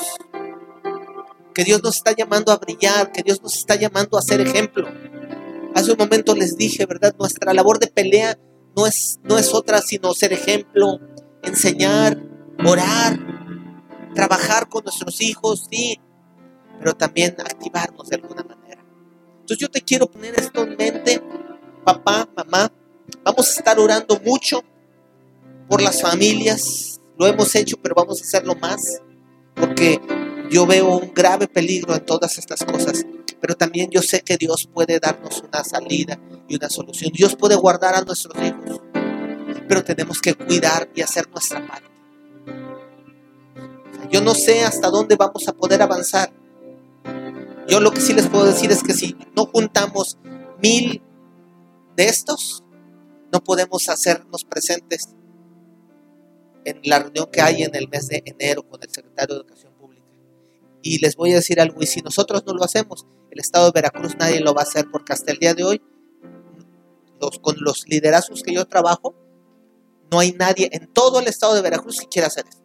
que Dios nos está llamando a brillar, que Dios nos está llamando a ser ejemplo. Hace un momento les dije, ¿verdad? Nuestra labor de pelea no es, no es otra sino ser ejemplo, enseñar, orar, trabajar con nuestros hijos, sí, pero también activarnos de alguna manera. Entonces yo te quiero poner esto en mente, papá, mamá. Vamos a estar orando mucho por las familias. Lo hemos hecho, pero vamos a hacerlo más, porque yo veo un grave peligro en todas estas cosas. Pero también yo sé que Dios puede darnos una salida y una solución. Dios puede guardar a nuestros hijos, pero tenemos que cuidar y hacer nuestra parte. Yo no sé hasta dónde vamos a poder avanzar. Yo lo que sí les puedo decir es que si no juntamos mil de estos, no podemos hacernos presentes en la reunión que hay en el mes de enero con el secretario de Educación Pública. Y les voy a decir algo, y si nosotros no lo hacemos, el estado de Veracruz nadie lo va a hacer, porque hasta el día de hoy, los, con los liderazgos que yo trabajo, no hay nadie en todo el estado de Veracruz que quiera hacer esto.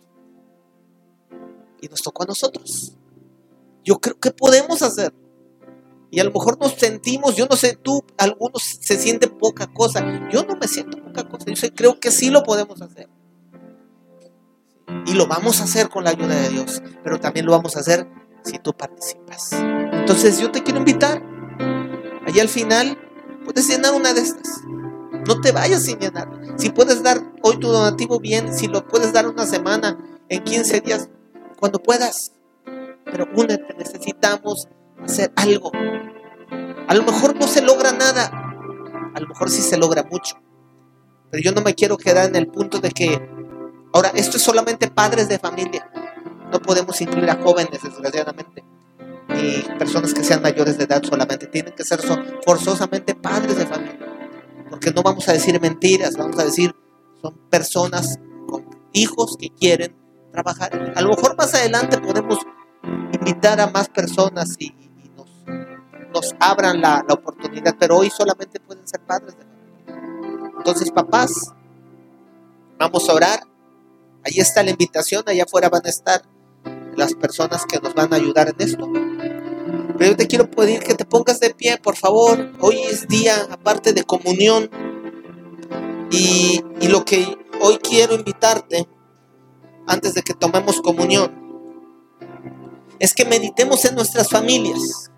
Y nos tocó a nosotros. Yo creo que podemos hacer. Y a lo mejor nos sentimos, yo no sé tú, algunos se sienten poca cosa. Yo no me siento poca cosa. Yo sé, creo que sí lo podemos hacer. Y lo vamos a hacer con la ayuda de Dios. Pero también lo vamos a hacer si tú participas. Entonces yo te quiero invitar. Allí al final puedes llenar una de estas. No te vayas sin llenar. Si puedes dar hoy tu donativo, bien. Si lo puedes dar una semana, en quince días, cuando puedas. Pero únete, necesitamos hacer algo. A lo mejor no se logra nada, a lo mejor sí se logra mucho, pero yo no me quiero quedar en el punto de que ahora esto es solamente padres de familia. No podemos incluir a jóvenes, desgraciadamente, ni personas que sean mayores de edad solamente. Tienen que ser forzosamente padres de familia, porque no vamos a decir mentiras, vamos a decir son personas con hijos que quieren trabajar. A lo mejor más adelante podemos invitar a más personas y, y nos, nos abran la, la oportunidad, pero hoy solamente pueden ser padres de familia. Entonces, papás, vamos a orar. Ahí está la invitación, allá afuera van a estar las personas que nos van a ayudar en esto. Pero yo te quiero pedir que te pongas de pie, por favor. Hoy es día aparte de comunión y, y lo que hoy quiero invitarte antes de que tomemos comunión es que meditemos en nuestras familias,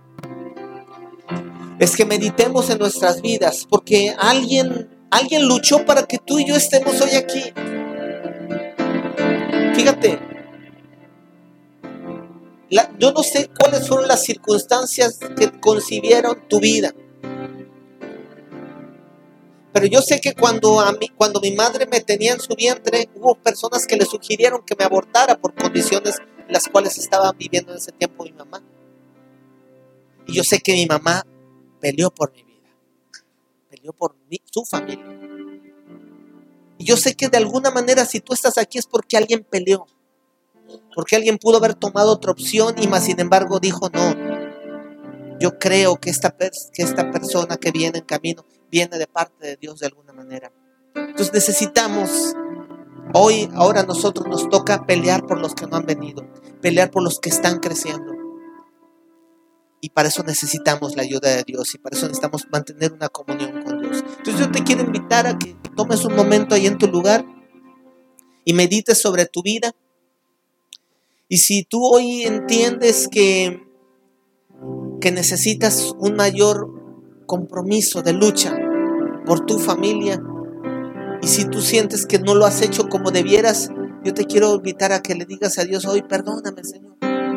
es que meditemos en nuestras vidas, porque alguien, alguien luchó para que tú y yo estemos hoy aquí. Fíjate, la, yo no sé cuáles fueron las circunstancias que concibieron tu vida, pero yo sé que cuando, a mí, cuando mi madre me tenía en su vientre, hubo personas que le sugirieron que me abortara por condiciones en las cuales estaba viviendo en ese tiempo mi mamá. Y yo sé que mi mamá peleó por mi vida, peleó por mi, su familia. Y yo sé que de alguna manera si tú estás aquí es porque alguien peleó, porque alguien pudo haber tomado otra opción y más sin embargo dijo no. Yo creo que esta, que esta persona que viene en camino viene de parte de Dios de alguna manera. Entonces necesitamos Hoy, ahora a nosotros nos toca pelear por los que no han venido, pelear por los que están creciendo. Y para eso necesitamos la ayuda de Dios y para eso necesitamos mantener una comunión con Dios. Entonces yo te quiero invitar a que tomes un momento ahí en tu lugar y medites sobre tu vida. Y si tú hoy entiendes que, que necesitas un mayor compromiso de lucha por tu familia, y si tú sientes que no lo has hecho como debieras, yo te quiero invitar a que le digas a Dios hoy: perdóname, Señor.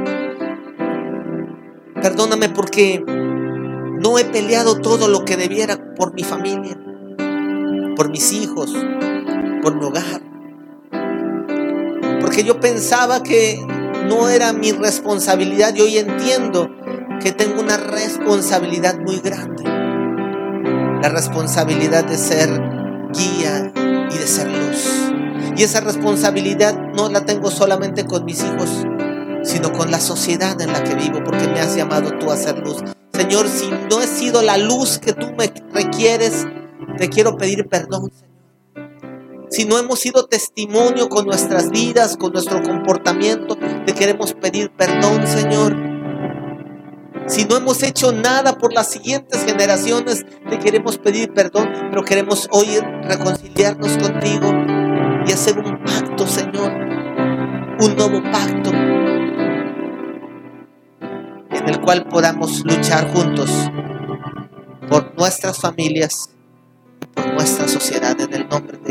Perdóname porque no he peleado todo lo que debiera por mi familia, por mis hijos, por mi hogar. Porque yo pensaba que no era mi responsabilidad y hoy entiendo que tengo una responsabilidad muy grande. La responsabilidad de ser guía y de ser luz. Y esa responsabilidad no la tengo solamente con mis hijos, sino con la sociedad en la que vivo, porque me has llamado tú a ser luz. Señor, si no he sido la luz que tú me requieres, te quiero pedir perdón, Señor. Si no hemos sido testimonio con nuestras vidas, con nuestro comportamiento, te queremos pedir perdón, Señor. Si no hemos hecho nada por las siguientes generaciones, te queremos pedir perdón, pero queremos hoy reconciliarnos contigo y hacer un pacto, Señor, un nuevo pacto en el cual podamos luchar juntos por nuestras familias, por nuestra sociedad, en el nombre de